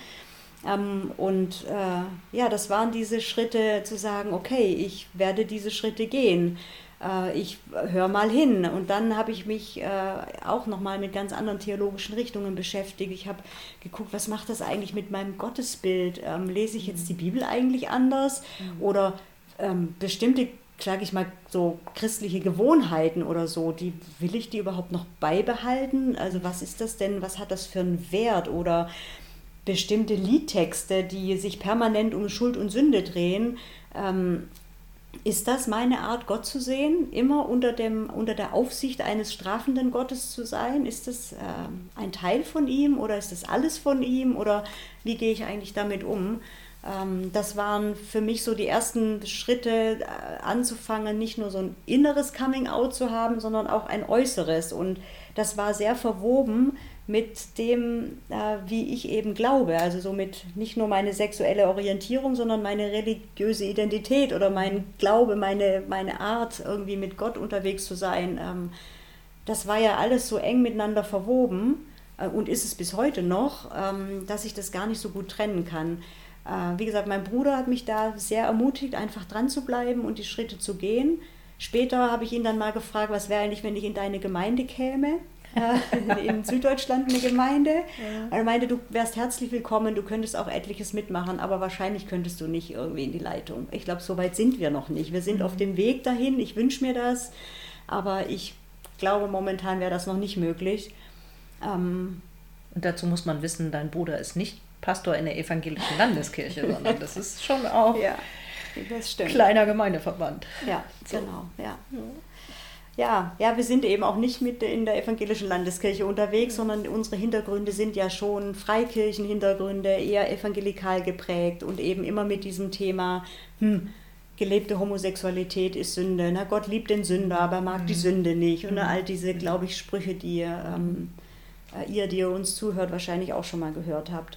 Das waren diese Schritte zu sagen, okay, ich werde diese Schritte gehen. Ich höre mal hin. Und dann habe ich mich auch nochmal mit ganz anderen theologischen Richtungen beschäftigt. Ich habe geguckt, was macht das eigentlich mit meinem Gottesbild? Lese ich jetzt die Bibel eigentlich anders? Oder bestimmte, sage ich mal, so christliche Gewohnheiten oder so, will ich die überhaupt noch beibehalten? Also was ist das denn? Was hat das für einen Wert? Oder bestimmte Liedtexte, die sich permanent um Schuld und Sünde drehen, ist das meine Art, Gott zu sehen? Immer unter der Aufsicht eines strafenden Gottes zu sein? Ist das ein Teil von ihm oder ist das alles von ihm? Oder wie gehe ich eigentlich damit um? Das waren für mich so die ersten Schritte, anzufangen, nicht nur so ein inneres Coming-out zu haben, sondern auch ein äußeres. Und das war sehr verwoben mit dem, wie ich eben glaube. Also so mit nicht nur meine sexuelle Orientierung, sondern meine religiöse Identität oder mein Glaube, meine Art, irgendwie mit Gott unterwegs zu sein. Das war ja alles so eng miteinander verwoben und ist es bis heute noch, dass ich das gar nicht so gut trennen kann. Wie gesagt, mein Bruder hat mich da sehr ermutigt, einfach dran zu bleiben und die Schritte zu gehen. Später habe ich ihn dann mal gefragt, was wäre eigentlich, wenn ich in deine Gemeinde käme, in Süddeutschland eine Gemeinde. Ja. Er meinte, du wärst herzlich willkommen, du könntest auch etliches mitmachen, aber wahrscheinlich könntest du nicht irgendwie in die Leitung. Ich glaube, so weit sind wir noch nicht. Wir sind auf dem Weg dahin, ich wünsche mir das, aber ich glaube, momentan wäre das noch nicht möglich.
Und dazu muss man wissen, dein Bruder ist nicht Pastor in der evangelischen Landeskirche, sondern das ist schon auch kleiner Gemeindeverband.
Ja, so. Genau. Ja, wir sind eben auch nicht mit in der evangelischen Landeskirche unterwegs, sondern unsere Hintergründe sind ja schon Freikirchenhintergründe, eher evangelikal geprägt und eben immer mit diesem Thema, gelebte Homosexualität ist Sünde. Na, Gott liebt den Sünder, aber mag die Sünde nicht. Und all diese, glaube ich, Sprüche, die ihr uns zuhört, wahrscheinlich auch schon mal gehört habt.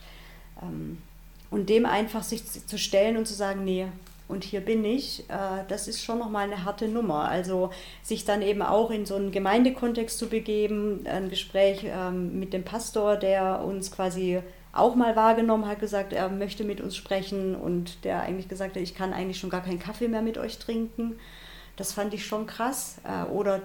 Und dem einfach sich zu stellen und zu sagen, nee, und hier bin ich, das ist schon nochmal eine harte Nummer. Also sich dann eben auch in so einen Gemeindekontext zu begeben, ein Gespräch mit dem Pastor, der uns quasi auch mal wahrgenommen hat, gesagt, er möchte mit uns sprechen und der eigentlich gesagt hat, ich kann eigentlich schon gar keinen Kaffee mehr mit euch trinken. Das fand ich schon krass. Oder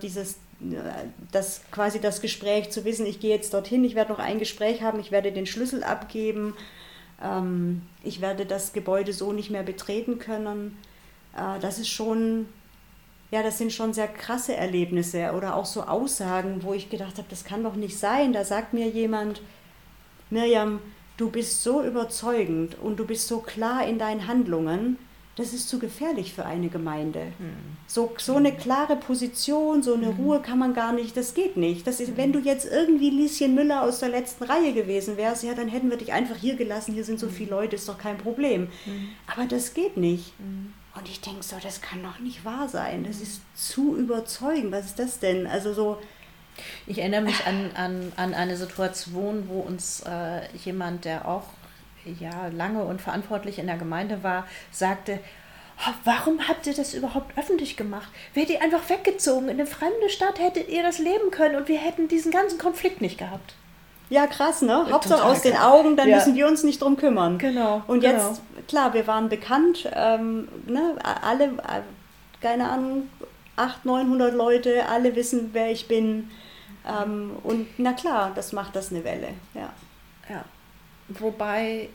das Gespräch zu wissen, ich gehe jetzt dorthin, ich werde noch ein Gespräch haben, ich werde den Schlüssel abgeben, ich werde das Gebäude so nicht mehr betreten können. Das sind schon sehr krasse Erlebnisse oder auch so Aussagen, wo ich gedacht habe, das kann doch nicht sein. Da sagt mir jemand, Mirjam, du bist so überzeugend und du bist so klar in deinen Handlungen, das ist zu gefährlich für eine Gemeinde. So eine klare Position, so eine Ruhe kann man gar nicht, das geht nicht. Das ist, wenn du jetzt irgendwie Lieschen Müller aus der letzten Reihe gewesen wärst, ja, dann hätten wir dich einfach hier gelassen, hier sind so viele Leute, ist doch kein Problem. Aber das geht nicht. Und ich denke so, das kann doch nicht wahr sein, das ist zu überzeugend, was ist das denn? Also so...
Ich erinnere mich an eine Situation, wo uns jemand, der auch lange und verantwortlich in der Gemeinde war, sagte, warum habt ihr das überhaupt öffentlich gemacht? Wärt ihr einfach weggezogen, in eine fremde Stadt hättet ihr das leben können und wir hätten diesen ganzen Konflikt nicht gehabt.
Ja, krass, ne? Hauptsache aus den Augen, dann müssen wir uns nicht drum kümmern.
Genau.
Und jetzt, klar, wir waren bekannt, alle, keine Ahnung, 800, 900 Leute, alle wissen, wer ich bin. Und na klar, das macht das eine Welle, ja.
Wobei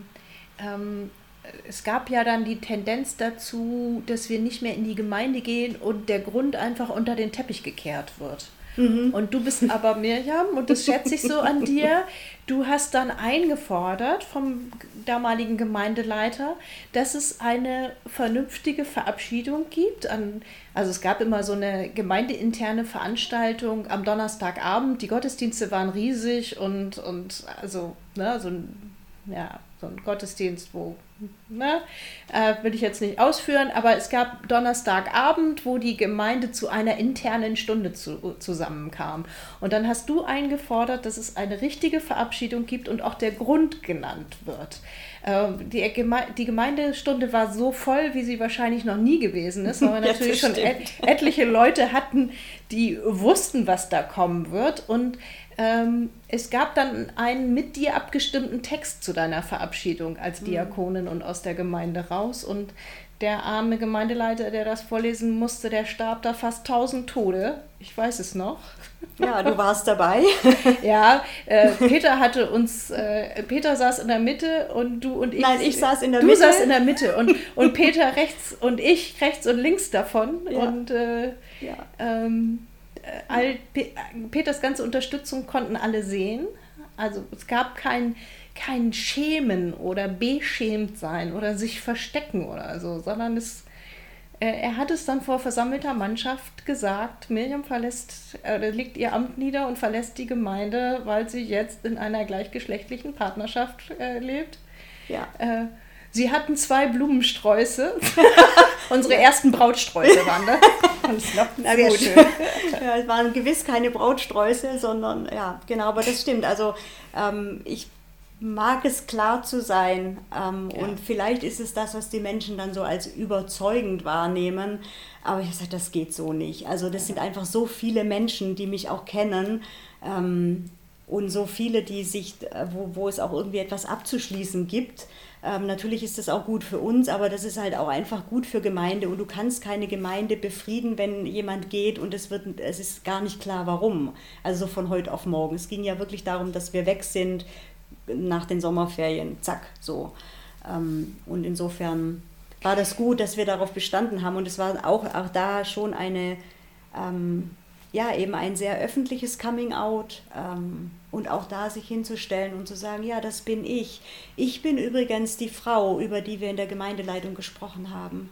es gab ja dann die Tendenz dazu, dass wir nicht mehr in die Gemeinde gehen und der Grund einfach unter den Teppich gekehrt wird. Und du bist aber, Mirjam, und das schätze ich so an dir, du hast dann eingefordert vom damaligen Gemeindeleiter, dass es eine vernünftige Verabschiedung gibt. Also es gab immer so eine gemeindeinterne Veranstaltung am Donnerstagabend, die Gottesdienste waren riesig und also, ne, ein Gottesdienst, wo, will ich jetzt nicht ausführen, aber es gab Donnerstagabend, wo die Gemeinde zu einer internen Stunde zusammenkam. Und dann hast du eingefordert, dass es eine richtige Verabschiedung gibt und auch der Grund genannt wird. Die Gemeindestunde war so voll, wie sie wahrscheinlich noch nie gewesen ist, weil wir natürlich schon etliche Leute hatten, die wussten, was da kommen wird. Und es gab dann einen mit dir abgestimmten Text zu deiner Verabschiedung als Diakonin und aus der Gemeinde raus. Und der arme Gemeindeleiter, der das vorlesen musste, der starb da fast 1000 Tode. Ich weiß es noch.
Ja, du warst dabei.
Ja, Peter saß in der Mitte und du und ich.
Nein, ich saß in der Mitte.
Du saßt in der Mitte und Peter rechts und ich rechts und links davon. Ja. Und Peters ganze Unterstützung konnten alle sehen. Also es gab kein Schämen oder beschämt sein oder sich verstecken oder so, sondern er hat es dann vor versammelter Mannschaft gesagt, Mirjam legt ihr Amt nieder und verlässt die Gemeinde, weil sie jetzt in einer gleichgeschlechtlichen Partnerschaft lebt. Ja. Sie hatten 2 Blumensträuße. Unsere ersten Brautsträuße waren das.
Sehr schön. Ja, es waren gewiss keine Brautsträuße, sondern, ja, genau, aber das stimmt. Also ich mag es klar zu sein und vielleicht ist es das, was die Menschen dann so als überzeugend wahrnehmen, aber ich sage, das geht so nicht. Also das sind einfach so viele Menschen, die mich auch kennen und so viele, die sich, wo es auch irgendwie etwas abzuschließen gibt. Natürlich ist das auch gut für uns, aber das ist halt auch einfach gut für Gemeinde und du kannst keine Gemeinde befrieden, wenn jemand geht und es ist gar nicht klar, warum. Also so von heute auf morgen. Es ging ja wirklich darum, dass wir weg sind nach den Sommerferien, zack, so. Und insofern war das gut, dass wir darauf bestanden haben und es war auch da schon eben ein sehr öffentliches Coming-out und auch da sich hinzustellen und zu sagen, ja, das bin ich. Ich bin übrigens die Frau, über die wir in der Gemeindeleitung gesprochen haben.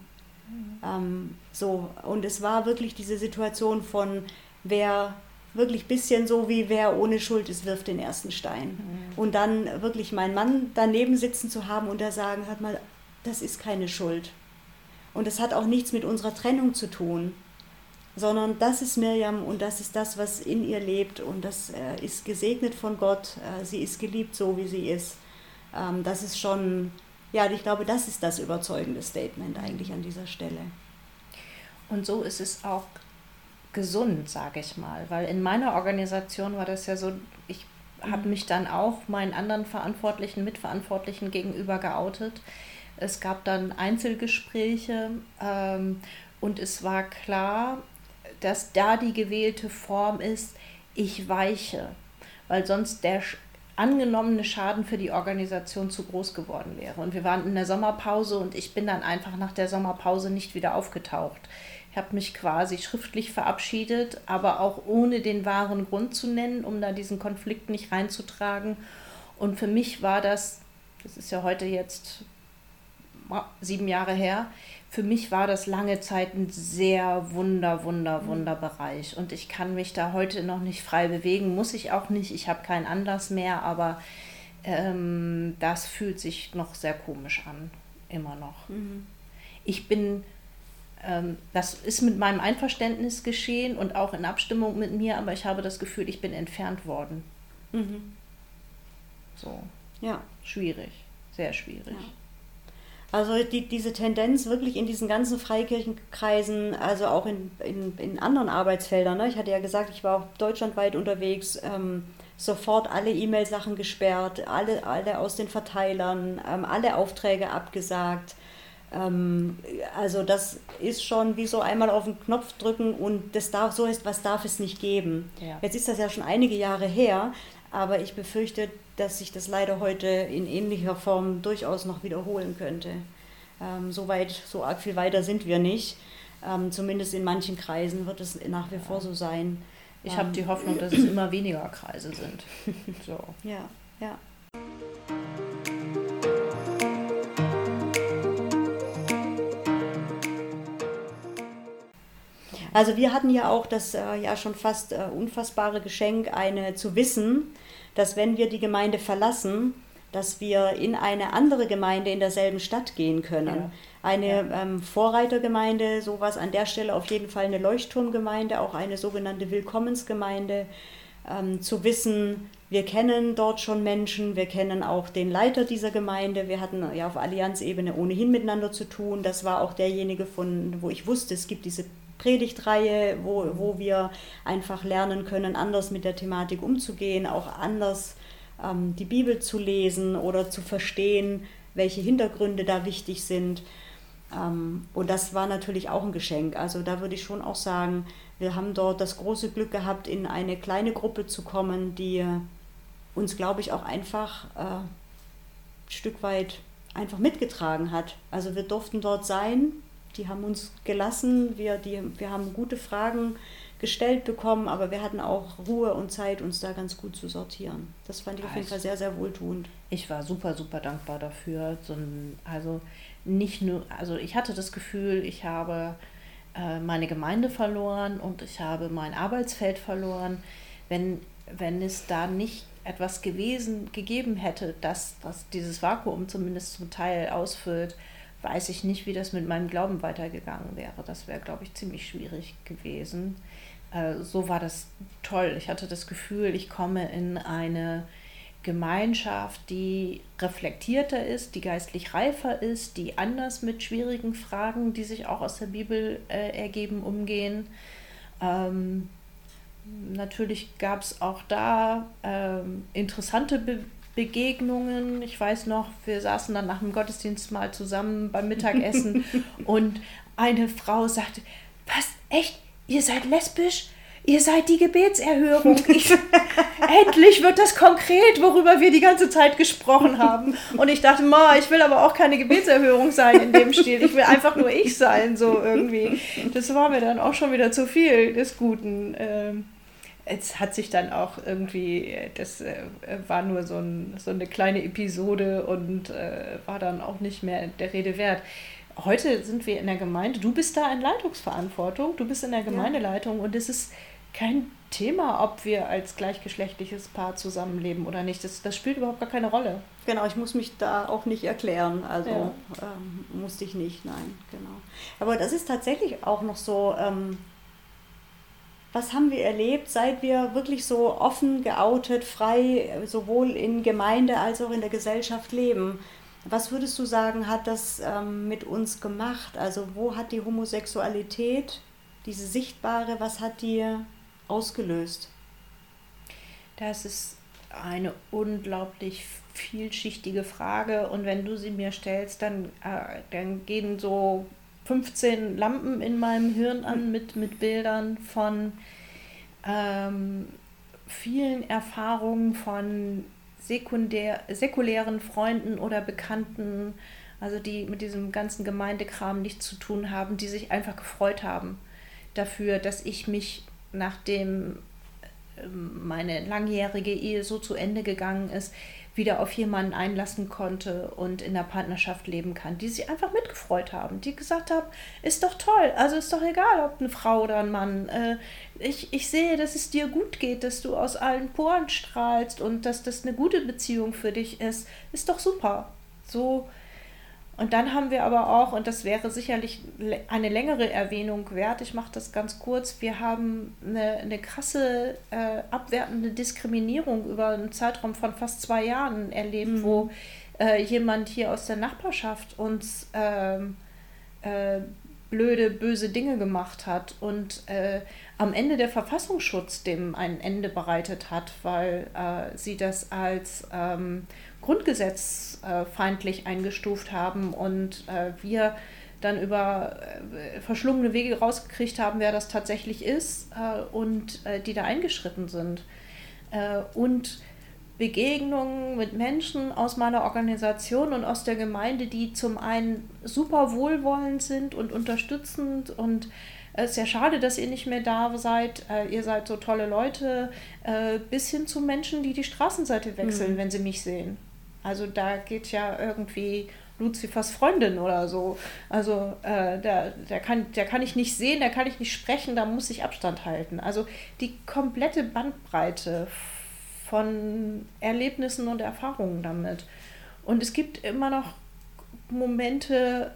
Und es war wirklich diese Situation von, wer wirklich ein bisschen so wie wer ohne Schuld ist, wirft den ersten Stein. Und dann wirklich meinen Mann daneben sitzen zu haben und da sagen, hört mal, das ist keine Schuld. Und das hat auch nichts mit unserer Trennung zu tun, sondern das ist Mirjam und das ist das, was in ihr lebt und das ist gesegnet von Gott, sie ist geliebt so, wie sie ist. Das ist schon, ja, ich glaube, das ist das überzeugende Statement eigentlich an dieser Stelle.
Und so ist es auch gesund, sage ich mal, weil in meiner Organisation war das ja so, ich habe mich dann auch meinen anderen Mitverantwortlichen gegenüber geoutet. Es gab dann Einzelgespräche und es war klar, dass da die gewählte Form ist, ich weiche, weil sonst der angenommene Schaden für die Organisation zu groß geworden wäre. Und wir waren in der Sommerpause und ich bin dann einfach nach der Sommerpause nicht wieder aufgetaucht. Ich habe mich quasi schriftlich verabschiedet, aber auch ohne den wahren Grund zu nennen, um da diesen Konflikt nicht reinzutragen. Und für mich war das ist ja heute jetzt 7 Jahre her, für mich war das lange Zeit ein sehr Wunderbereich. Und ich kann mich da heute noch nicht frei bewegen, muss ich auch nicht, ich habe keinen Anlass mehr, aber das fühlt sich noch sehr komisch an, immer noch. Ich bin, das ist mit meinem Einverständnis geschehen und auch in Abstimmung mit mir, aber ich habe das Gefühl, ich bin entfernt worden. So, ja. Schwierig, sehr schwierig. Ja.
Also diese Tendenz wirklich in diesen ganzen Freikirchenkreisen, also auch in anderen Arbeitsfeldern, ne? Ich hatte ja gesagt, ich war auch deutschlandweit unterwegs, sofort alle E-Mail-Sachen gesperrt, alle aus den Verteilern, alle Aufträge abgesagt. Also das ist schon wie so einmal auf den Knopf drücken und das darf, so ist, was darf es nicht geben. Ja. Jetzt ist das ja schon einige Jahre her, aber ich befürchte, dass sich das leider heute in ähnlicher Form durchaus noch wiederholen könnte. So arg viel weiter sind wir nicht. Zumindest in manchen Kreisen wird es nach wie vor so sein.
Ich habe die Hoffnung, dass es immer weniger Kreise sind. So.
Ja. Also wir hatten ja auch das schon fast unfassbare Geschenk, zu wissen, dass wenn wir die Gemeinde verlassen, dass wir in eine andere Gemeinde in derselben Stadt gehen können.
Ja.
Eine Vorreitergemeinde, sowas an der Stelle auf jeden Fall eine Leuchtturmgemeinde, auch eine sogenannte Willkommensgemeinde. Zu wissen, wir kennen dort schon Menschen, wir kennen auch den Leiter dieser Gemeinde, wir hatten ja auf Allianzebene ohnehin miteinander zu tun. Das war auch derjenige, wo ich wusste, es gibt diese Predigtreihe, wo wir einfach lernen können, anders mit der Thematik umzugehen, auch anders die Bibel zu lesen oder zu verstehen, welche Hintergründe da wichtig sind. Und das war natürlich auch ein Geschenk. Also da würde ich schon auch sagen, wir haben dort das große Glück gehabt, in eine kleine Gruppe zu kommen, die uns, glaube ich, auch einfach ein Stück weit einfach mitgetragen hat. Also wir durften dort sein, die haben uns gelassen, wir haben gute Fragen gestellt bekommen, aber wir hatten auch Ruhe und Zeit, uns da ganz gut zu sortieren. Das fand ich auf jeden Fall sehr, sehr wohltuend.
Ich war super, super dankbar dafür. Nicht nur, ich hatte das Gefühl, ich habe meine Gemeinde verloren und ich habe mein Arbeitsfeld verloren. Wenn es da nicht etwas gegeben hätte, das dieses Vakuum zumindest zum Teil ausfüllt, weiß ich nicht, wie das mit meinem Glauben weitergegangen wäre. Das wäre, glaube ich, ziemlich schwierig gewesen. So war das toll. Ich hatte das Gefühl, ich komme in eine Gemeinschaft, die reflektierter ist, die geistlich reifer ist, die anders mit schwierigen Fragen, die sich auch aus der Bibel ergeben, umgehen. Natürlich gab es auch da interessante Begegnungen. Ich weiß noch, wir saßen dann nach dem Gottesdienst mal zusammen beim Mittagessen und eine Frau sagte, was, echt, ihr seid lesbisch? Ihr seid die Gebetserhörung. Endlich wird das konkret, worüber wir die ganze Zeit gesprochen haben. Und ich dachte, ich will aber auch keine Gebetserhörung sein in dem Stil. Ich will einfach nur ich sein, so irgendwie. Das war mir dann auch schon wieder zu viel des Guten. Es hat sich dann auch irgendwie, das war nur so eine kleine Episode und war dann auch nicht mehr der Rede wert. Heute sind wir in der Gemeinde, du bist da in Leitungsverantwortung, du bist in der Gemeindeleitung und es ist kein Thema, ob wir als gleichgeschlechtliches Paar zusammenleben oder nicht. Das spielt überhaupt gar keine Rolle.
Genau, ich muss mich da auch nicht erklären, also musste ich nicht, nein, genau. Aber das ist tatsächlich auch noch so, was haben wir erlebt, seit wir wirklich so offen, geoutet, frei, sowohl in Gemeinde als auch in der Gesellschaft leben? Was würdest du sagen, hat das mit uns gemacht? Also wo hat die Homosexualität, diese sichtbare, was hat die ausgelöst?
Das ist eine unglaublich vielschichtige Frage und wenn du sie mir stellst, dann gehen so 15 Lampen in meinem Hirn an mit Bildern von vielen Erfahrungen von säkulären Freunden oder Bekannten, also die mit diesem ganzen Gemeindekram nichts zu tun haben, die sich einfach gefreut haben dafür, dass ich mich, nachdem meine langjährige Ehe so zu Ende gegangen ist, wieder auf jemanden einlassen konnte und in der Partnerschaft leben kann, die sich einfach mitgefreut haben, die gesagt haben, ist doch toll, also ist doch egal, ob eine Frau oder ein Mann, ich sehe, dass es dir gut geht, dass du aus allen Poren strahlst und dass das eine gute Beziehung für dich ist doch super. So. Und dann haben wir aber auch, und das wäre sicherlich eine längere Erwähnung wert, ich mache das ganz kurz, wir haben eine krasse abwertende Diskriminierung über einen Zeitraum von fast 2 Jahren erlebt, wo jemand hier aus der Nachbarschaft uns blöde, böse Dinge gemacht hat und am Ende der Verfassungsschutz dem ein Ende bereitet hat, weil sie das als grundgesetzfeindlich eingestuft haben und wir dann über verschlungene Wege rausgekriegt haben, wer das tatsächlich ist und die da eingeschritten sind. Und Begegnungen mit Menschen aus meiner Organisation und aus der Gemeinde, die zum einen super wohlwollend sind und unterstützend und es ist ja schade, dass ihr nicht mehr da seid, ihr seid so tolle Leute, bis hin zu Menschen, die die Straßenseite wechseln, wenn sie mich sehen. Also da geht ja irgendwie Luzifers Freundin oder so. Also der kann ich nicht sehen, der kann ich nicht sprechen, da muss ich Abstand halten. Also die komplette Bandbreite von Erlebnissen und Erfahrungen damit. Und es gibt immer noch Momente,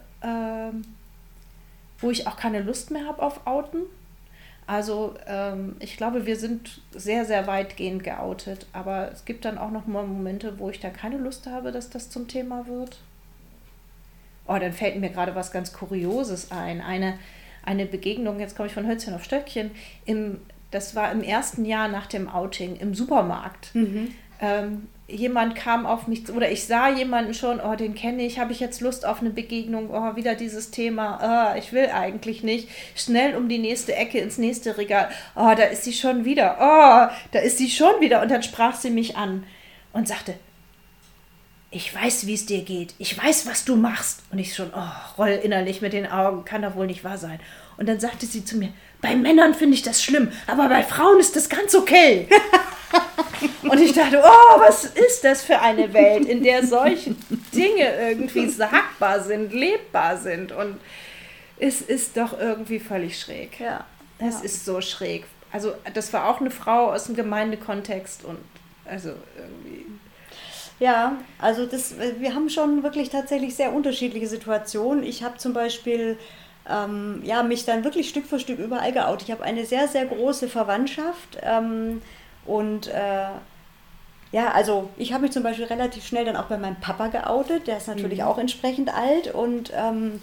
wo ich auch keine Lust mehr habe auf Outen. Also ich glaube, wir sind sehr, sehr weitgehend geoutet, aber es gibt dann auch noch mal Momente, wo ich da keine Lust habe, dass das zum Thema wird. Oh, dann fällt mir gerade was ganz Kurioses ein. Eine Begegnung, jetzt komme ich von Hölzchen auf Stöckchen, das war im ersten Jahr nach dem Outing im Supermarkt. Jemand kam auf mich, oder ich sah jemanden schon, oh, den kenne ich, habe ich jetzt Lust auf eine Begegnung, oh, wieder dieses Thema, ich will eigentlich nicht, schnell um die nächste Ecke ins nächste Regal, oh, da ist sie schon wieder, und dann sprach sie mich an und sagte, ich weiß, wie es dir geht, ich weiß, was du machst, und ich schon, roll innerlich mit den Augen, kann doch wohl nicht wahr sein, und dann sagte sie zu mir, bei Männern finde ich das schlimm, aber bei Frauen ist das ganz okay. Und ich dachte, was ist das für eine Welt, in der solche Dinge irgendwie sagbar sind, lebbar sind. Und es ist doch irgendwie völlig schräg.
Ja.
Es ist so schräg. Also das war auch eine Frau aus dem Gemeindekontext und also irgendwie...
Ja, also wir haben schon wirklich tatsächlich sehr unterschiedliche Situationen. Ich habe zum Beispiel mich dann wirklich Stück für Stück überall geoutet. Ich habe eine sehr, sehr große Verwandtschaft also ich habe mich zum Beispiel relativ schnell dann auch bei meinem Papa geoutet, der ist natürlich auch entsprechend alt und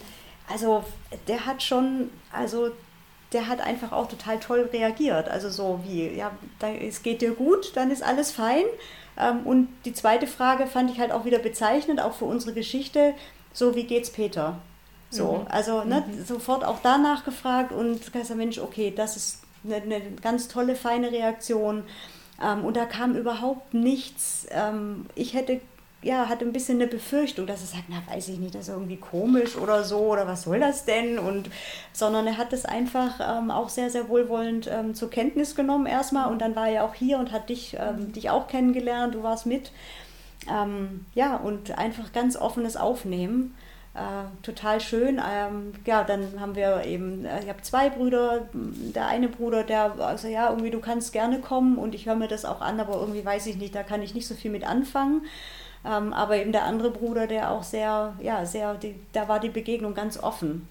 der hat einfach auch total toll reagiert, also so wie, ja, es geht dir gut, dann ist alles fein. Und die zweite Frage fand ich halt auch wieder bezeichnend, auch für unsere Geschichte, so wie geht's Peter? So, also sofort auch danach gefragt und gesagt, Mensch, okay, das ist eine ganz tolle, feine Reaktion. Und da kam überhaupt nichts. Ich hatte ein bisschen eine Befürchtung, dass er sagt, weiß ich nicht, das ist irgendwie komisch oder so, oder was soll das denn? Sondern er hat es einfach auch sehr, sehr wohlwollend zur Kenntnis genommen erstmal. Und dann war er auch hier und hat dich auch kennengelernt, du warst mit. Und einfach ganz offenes Aufnehmen. Total schön. Dann haben wir eben, ich habe 2 Brüder, der eine Bruder, der also irgendwie du kannst gerne kommen und ich höre mir das auch an, aber irgendwie weiß ich nicht, da kann ich nicht so viel mit anfangen. Aber eben der andere Bruder, der auch da war die Begegnung ganz offen.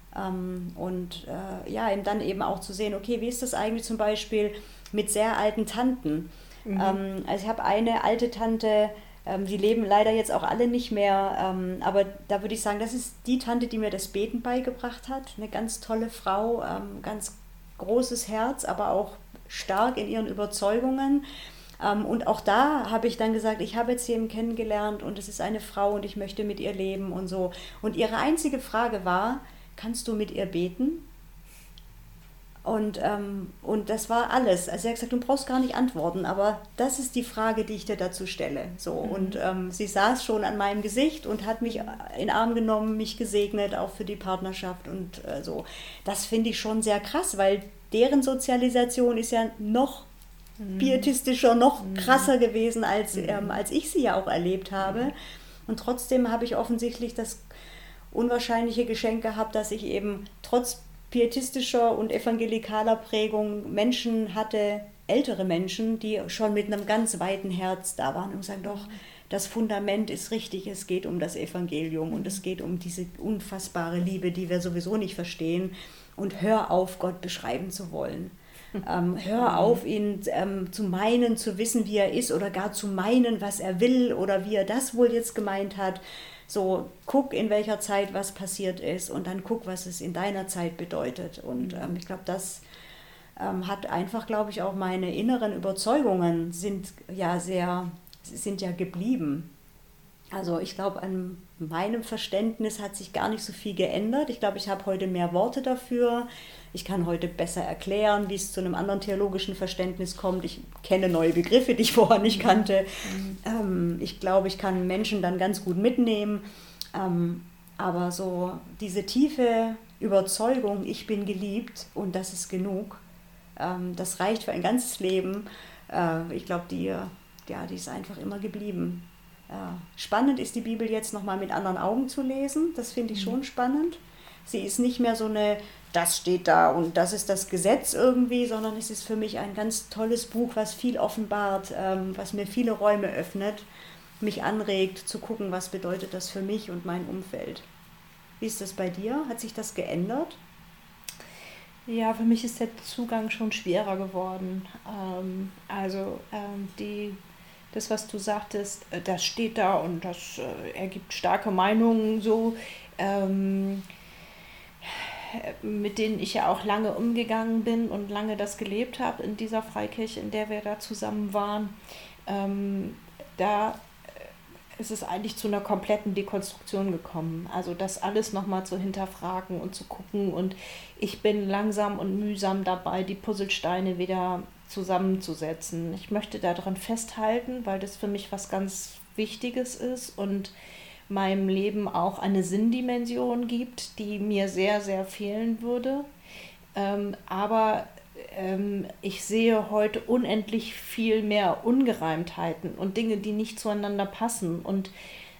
Eben dann eben auch zu sehen, okay, wie ist das eigentlich zum Beispiel mit sehr alten Tanten? Also ich habe eine alte Tante, die leben leider jetzt auch alle nicht mehr, aber da würde ich sagen, das ist die Tante, die mir das Beten beigebracht hat. Eine ganz tolle Frau, ganz großes Herz, aber auch stark in ihren Überzeugungen. Und auch da habe ich dann gesagt, ich habe jetzt jemanden kennengelernt und es ist eine Frau und ich möchte mit ihr leben und so. Und ihre einzige Frage war, kannst du mit ihr beten? Und das war alles. Also er hat gesagt, du brauchst gar nicht antworten, aber das ist die Frage, die ich dir dazu stelle. So. Und sie saß schon an meinem Gesicht und hat mich in den Arm genommen, mich gesegnet, auch für die Partnerschaft und so. Das finde ich schon sehr krass, weil deren Sozialisation ist ja noch pietistischer, noch krasser gewesen, als ich sie ja auch erlebt habe. Und trotzdem habe ich offensichtlich das unwahrscheinliche Geschenk gehabt, dass ich eben trotz pietistischer und evangelikaler Prägung Menschen hatte, ältere Menschen, die schon mit einem ganz weiten Herz da waren und sagen, doch, das Fundament ist richtig, es geht um das Evangelium und es geht um diese unfassbare Liebe, die wir sowieso nicht verstehen, und hör auf, Gott beschreiben zu wollen. Hör auf, ihn zu meinen, zu wissen, wie er ist, oder gar zu meinen, was er will oder wie er das wohl jetzt gemeint hat. So, guck, in welcher Zeit was passiert ist und dann guck, was es in deiner Zeit bedeutet. Und ich glaube, das hat einfach, glaube ich, auch meine inneren Überzeugungen sind ja geblieben. Also ich glaube, an meinem Verständnis hat sich gar nicht so viel geändert. Ich glaube, ich habe heute mehr Worte dafür. Ich kann heute besser erklären, wie es zu einem anderen theologischen Verständnis kommt. Ich kenne neue Begriffe, die ich vorher nicht kannte. Ich glaube, ich kann Menschen dann ganz gut mitnehmen. Aber so diese tiefe Überzeugung, ich bin geliebt und das ist genug, das reicht für ein ganzes Leben. Ich glaube, die ist einfach immer geblieben. Spannend ist die Bibel jetzt nochmal mit anderen Augen zu lesen. Das finde ich schon spannend. Sie ist nicht mehr so eine das steht da und das ist das Gesetz irgendwie, sondern es ist für mich ein ganz tolles Buch, was viel offenbart, was mir viele Räume öffnet, mich anregt zu gucken, was bedeutet das für mich und mein Umfeld. Wie ist das bei dir? Hat sich das geändert?
Ja, für mich ist der Zugang schon schwerer geworden. Das, was du sagtest, das steht da und das ergibt starke Meinungen so, mit denen ich ja auch lange umgegangen bin und lange das gelebt habe in dieser Freikirche, in der wir da zusammen waren. Da ist es eigentlich zu einer kompletten Dekonstruktion gekommen. Also das alles nochmal zu hinterfragen und zu gucken. Und ich bin langsam und mühsam dabei, die Puzzlesteine wieder zusammenzusetzen. Ich möchte daran festhalten, weil das für mich was ganz Wichtiges ist und meinem Leben auch eine Sinndimension gibt, die mir sehr, sehr fehlen würde. Aber ich sehe heute unendlich viel mehr Ungereimtheiten und Dinge, die nicht zueinander passen. Und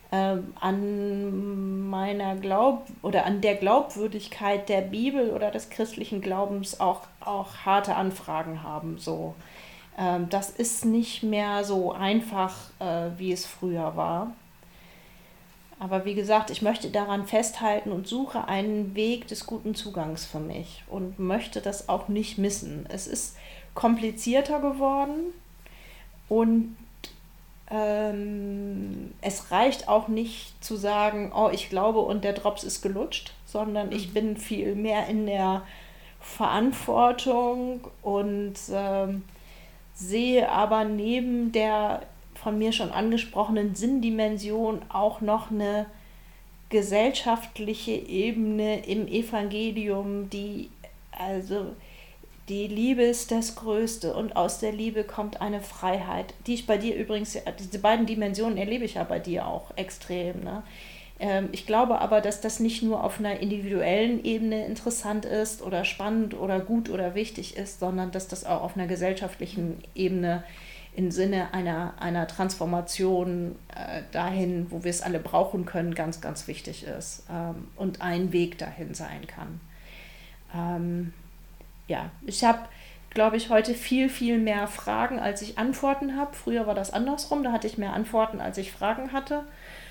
an der Glaubwürdigkeit der Bibel oder des christlichen Glaubens auch harte Anfragen haben. So. Das ist nicht mehr so einfach, wie es früher war. Aber wie gesagt, ich möchte daran festhalten und suche einen Weg des guten Zugangs für mich und möchte das auch nicht missen. Es ist komplizierter geworden und es reicht auch nicht zu sagen, oh, ich glaube und der Drops ist gelutscht, sondern ich bin viel mehr in der Verantwortung und sehe aber neben der von mir schon angesprochenen Sinndimension auch noch eine gesellschaftliche Ebene im Evangelium, die Liebe ist das Größte und aus der Liebe kommt eine Freiheit, die ich bei dir übrigens, diese beiden Dimensionen erlebe ich ja bei dir auch extrem, ne? Ich glaube aber, dass das nicht nur auf einer individuellen Ebene interessant ist oder spannend oder gut oder wichtig ist, sondern dass das auch auf einer gesellschaftlichen Ebene im Sinne einer Transformation dahin, wo wir es alle brauchen können, ganz, ganz wichtig ist und ein Weg dahin sein kann. Ich habe, glaube ich, heute viel, viel mehr Fragen, als ich Antworten habe. Früher war das andersrum, da hatte ich mehr Antworten, als ich Fragen hatte.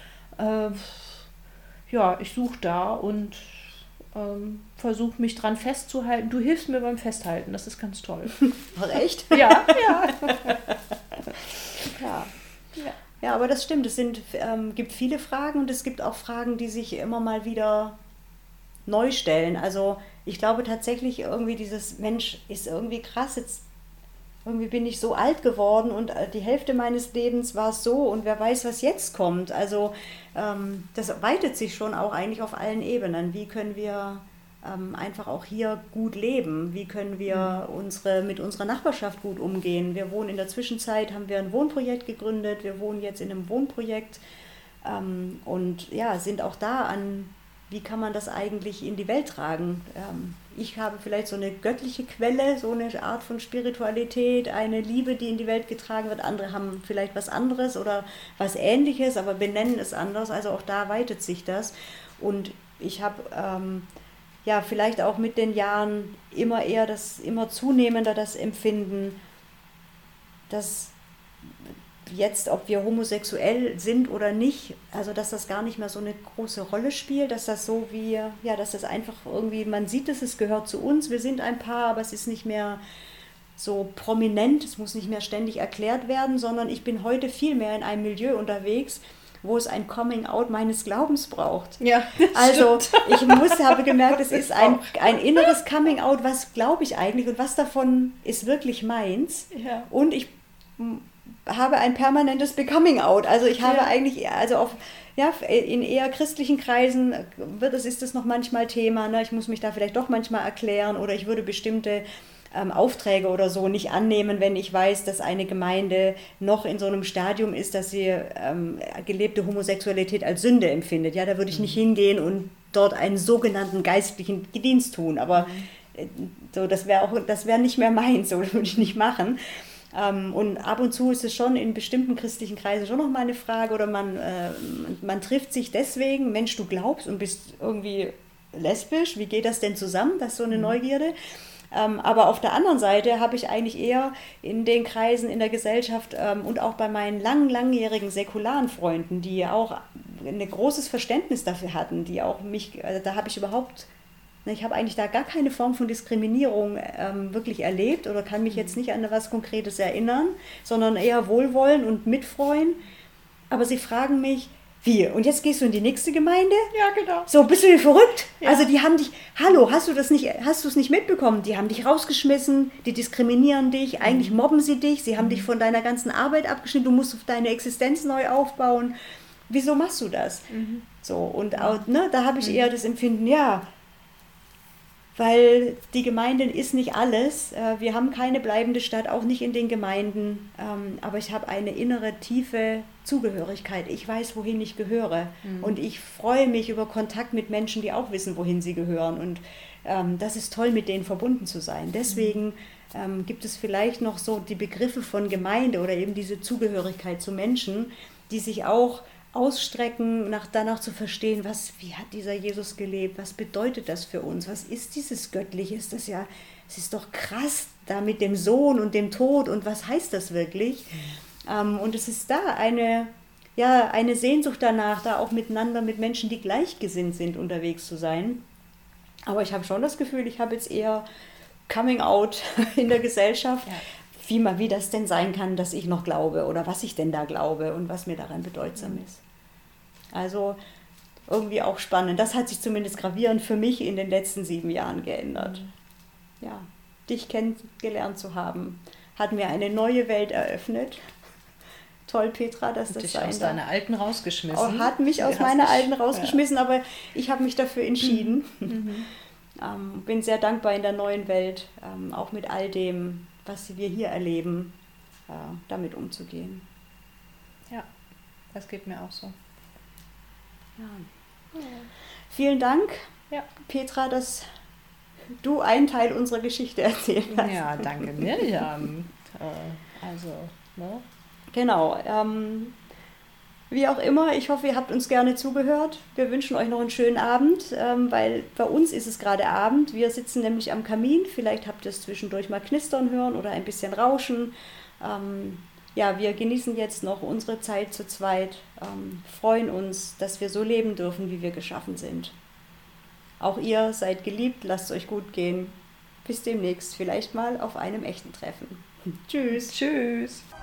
Ich suche da und versuche mich dran festzuhalten. Du hilfst mir beim Festhalten, das ist ganz toll.
Ach, echt?
Ja.
Ja, aber das stimmt. Es gibt viele Fragen und es gibt auch Fragen, die sich immer mal wieder neu stellen. Also ich glaube tatsächlich irgendwie dieses Mensch ist irgendwie krass, jetzt irgendwie bin ich so alt geworden und die Hälfte meines Lebens war es so und wer weiß, was jetzt kommt. Also das weitet sich schon auch eigentlich auf allen Ebenen. Wie können wir einfach auch hier gut leben? Wie können wir mit unserer Nachbarschaft gut umgehen? Wir wohnen in der Zwischenzeit, haben wir ein Wohnprojekt gegründet, wir wohnen jetzt in einem Wohnprojekt und ja, sind auch da an, wie kann man das eigentlich in die Welt tragen? Ich habe vielleicht so eine göttliche Quelle, so eine Art von Spiritualität, eine Liebe, die in die Welt getragen wird. Andere haben vielleicht was anderes oder was Ähnliches, aber benennen es anders. Also auch da weitet sich das. Und ich habe vielleicht auch mit den Jahren immer zunehmender das Empfinden, dass jetzt, ob wir homosexuell sind oder nicht, also dass das gar nicht mehr so eine große Rolle spielt, dass das so dass das einfach irgendwie, man sieht es gehört zu uns, wir sind ein Paar, aber es ist nicht mehr so prominent, es muss nicht mehr ständig erklärt werden, sondern ich bin heute viel mehr in einem Milieu unterwegs, wo es ein Coming-out meines Glaubens braucht.
Ja,
also ich habe gemerkt, es ist ein inneres Coming-out, was glaube ich eigentlich und was davon ist wirklich meins.
Ja.
Und ich habe ein permanentes Becoming out. Also ich habe eigentlich, in eher christlichen Kreisen ist das noch manchmal Thema. Ne? Ich muss mich da vielleicht doch manchmal erklären oder ich würde bestimmte Aufträge oder so nicht annehmen, wenn ich weiß, dass eine Gemeinde noch in so einem Stadium ist, dass sie gelebte Homosexualität als Sünde empfindet. Ja, da würde ich nicht hingehen und dort einen sogenannten geistlichen Dienst tun. Aber so, das wäre nicht mehr meins, so das würde ich nicht machen. Und ab und zu ist es schon in bestimmten christlichen Kreisen schon noch mal eine Frage oder man trifft sich deswegen, Mensch, du glaubst und bist irgendwie lesbisch, wie geht das denn zusammen? Das ist so eine Neugierde. Aber auf der anderen Seite habe ich eigentlich eher in den Kreisen, in der Gesellschaft und auch bei meinen langjährigen säkularen Freunden, die auch ein großes Verständnis dafür hatten, die auch mich, also da habe ich überhaupt, ich habe eigentlich da gar keine Form von Diskriminierung wirklich erlebt oder kann mich jetzt nicht an was Konkretes erinnern, sondern eher Wohlwollen und Mitfreuen. Aber sie fragen mich, wie? Und jetzt gehst du in die nächste Gemeinde?
Ja, genau.
So, bist du hier verrückt?
Ja.
Also die haben dich, hallo, hast du es nicht mitbekommen? Die haben dich rausgeschmissen, die diskriminieren dich, eigentlich mobben sie dich, sie haben dich von deiner ganzen Arbeit abgeschnitten, du musst deine Existenz neu aufbauen. Wieso machst du das? So, und auch, da habe ich eher das Empfinden, ja, weil die Gemeinde ist nicht alles. Wir haben keine bleibende Stadt, auch nicht in den Gemeinden. Aber ich habe eine innere, tiefe Zugehörigkeit. Ich weiß, wohin ich gehöre. Und ich freue mich über Kontakt mit Menschen, die auch wissen, wohin sie gehören. Und das ist toll, mit denen verbunden zu sein. Deswegen gibt es vielleicht noch so die Begriffe von Gemeinde oder eben diese Zugehörigkeit zu Menschen, die sich auch ausstrecken, danach zu verstehen, wie hat dieser Jesus gelebt, was bedeutet das für uns, was ist dieses Göttliches, es ist doch krass, da mit dem Sohn und dem Tod und was heißt das wirklich? Und es ist da eine Sehnsucht danach, da auch miteinander mit Menschen, die gleichgesinnt sind, unterwegs zu sein. Aber ich habe schon das Gefühl, ich habe jetzt eher Coming Out in der Gesellschaft, wie das denn sein kann, dass ich noch glaube oder was ich denn da glaube und was mir daran bedeutsam ist. Also irgendwie auch spannend. Das hat sich zumindest gravierend für mich in den letzten 7 Jahren geändert. Ja, dich kennengelernt zu haben, hat mir eine neue Welt eröffnet. Toll, Petra, dass das sein darf.
Aus deiner alten rausgeschmissen.
Hat mich aus meiner alten rausgeschmissen, aber ich habe mich dafür entschieden. Bin sehr dankbar in der neuen Welt, auch mit all dem, was wir hier erleben, damit umzugehen.
Ja, das geht mir auch so.
Ja. Vielen Dank, Petra, dass du einen Teil unserer Geschichte erzählt hast.
Ja, danke Mirjam.
Genau. Wie auch immer, ich hoffe, ihr habt uns gerne zugehört. Wir wünschen euch noch einen schönen Abend, weil bei uns ist es gerade Abend. Wir sitzen nämlich am Kamin. Vielleicht habt ihr es zwischendurch mal knistern hören oder ein bisschen rauschen. Wir genießen jetzt noch unsere Zeit zu zweit, freuen uns, dass wir so leben dürfen, wie wir geschaffen sind. Auch ihr seid geliebt, lasst es euch gut gehen. Bis demnächst, vielleicht mal auf einem echten Treffen. Tschüss.
Tschüss.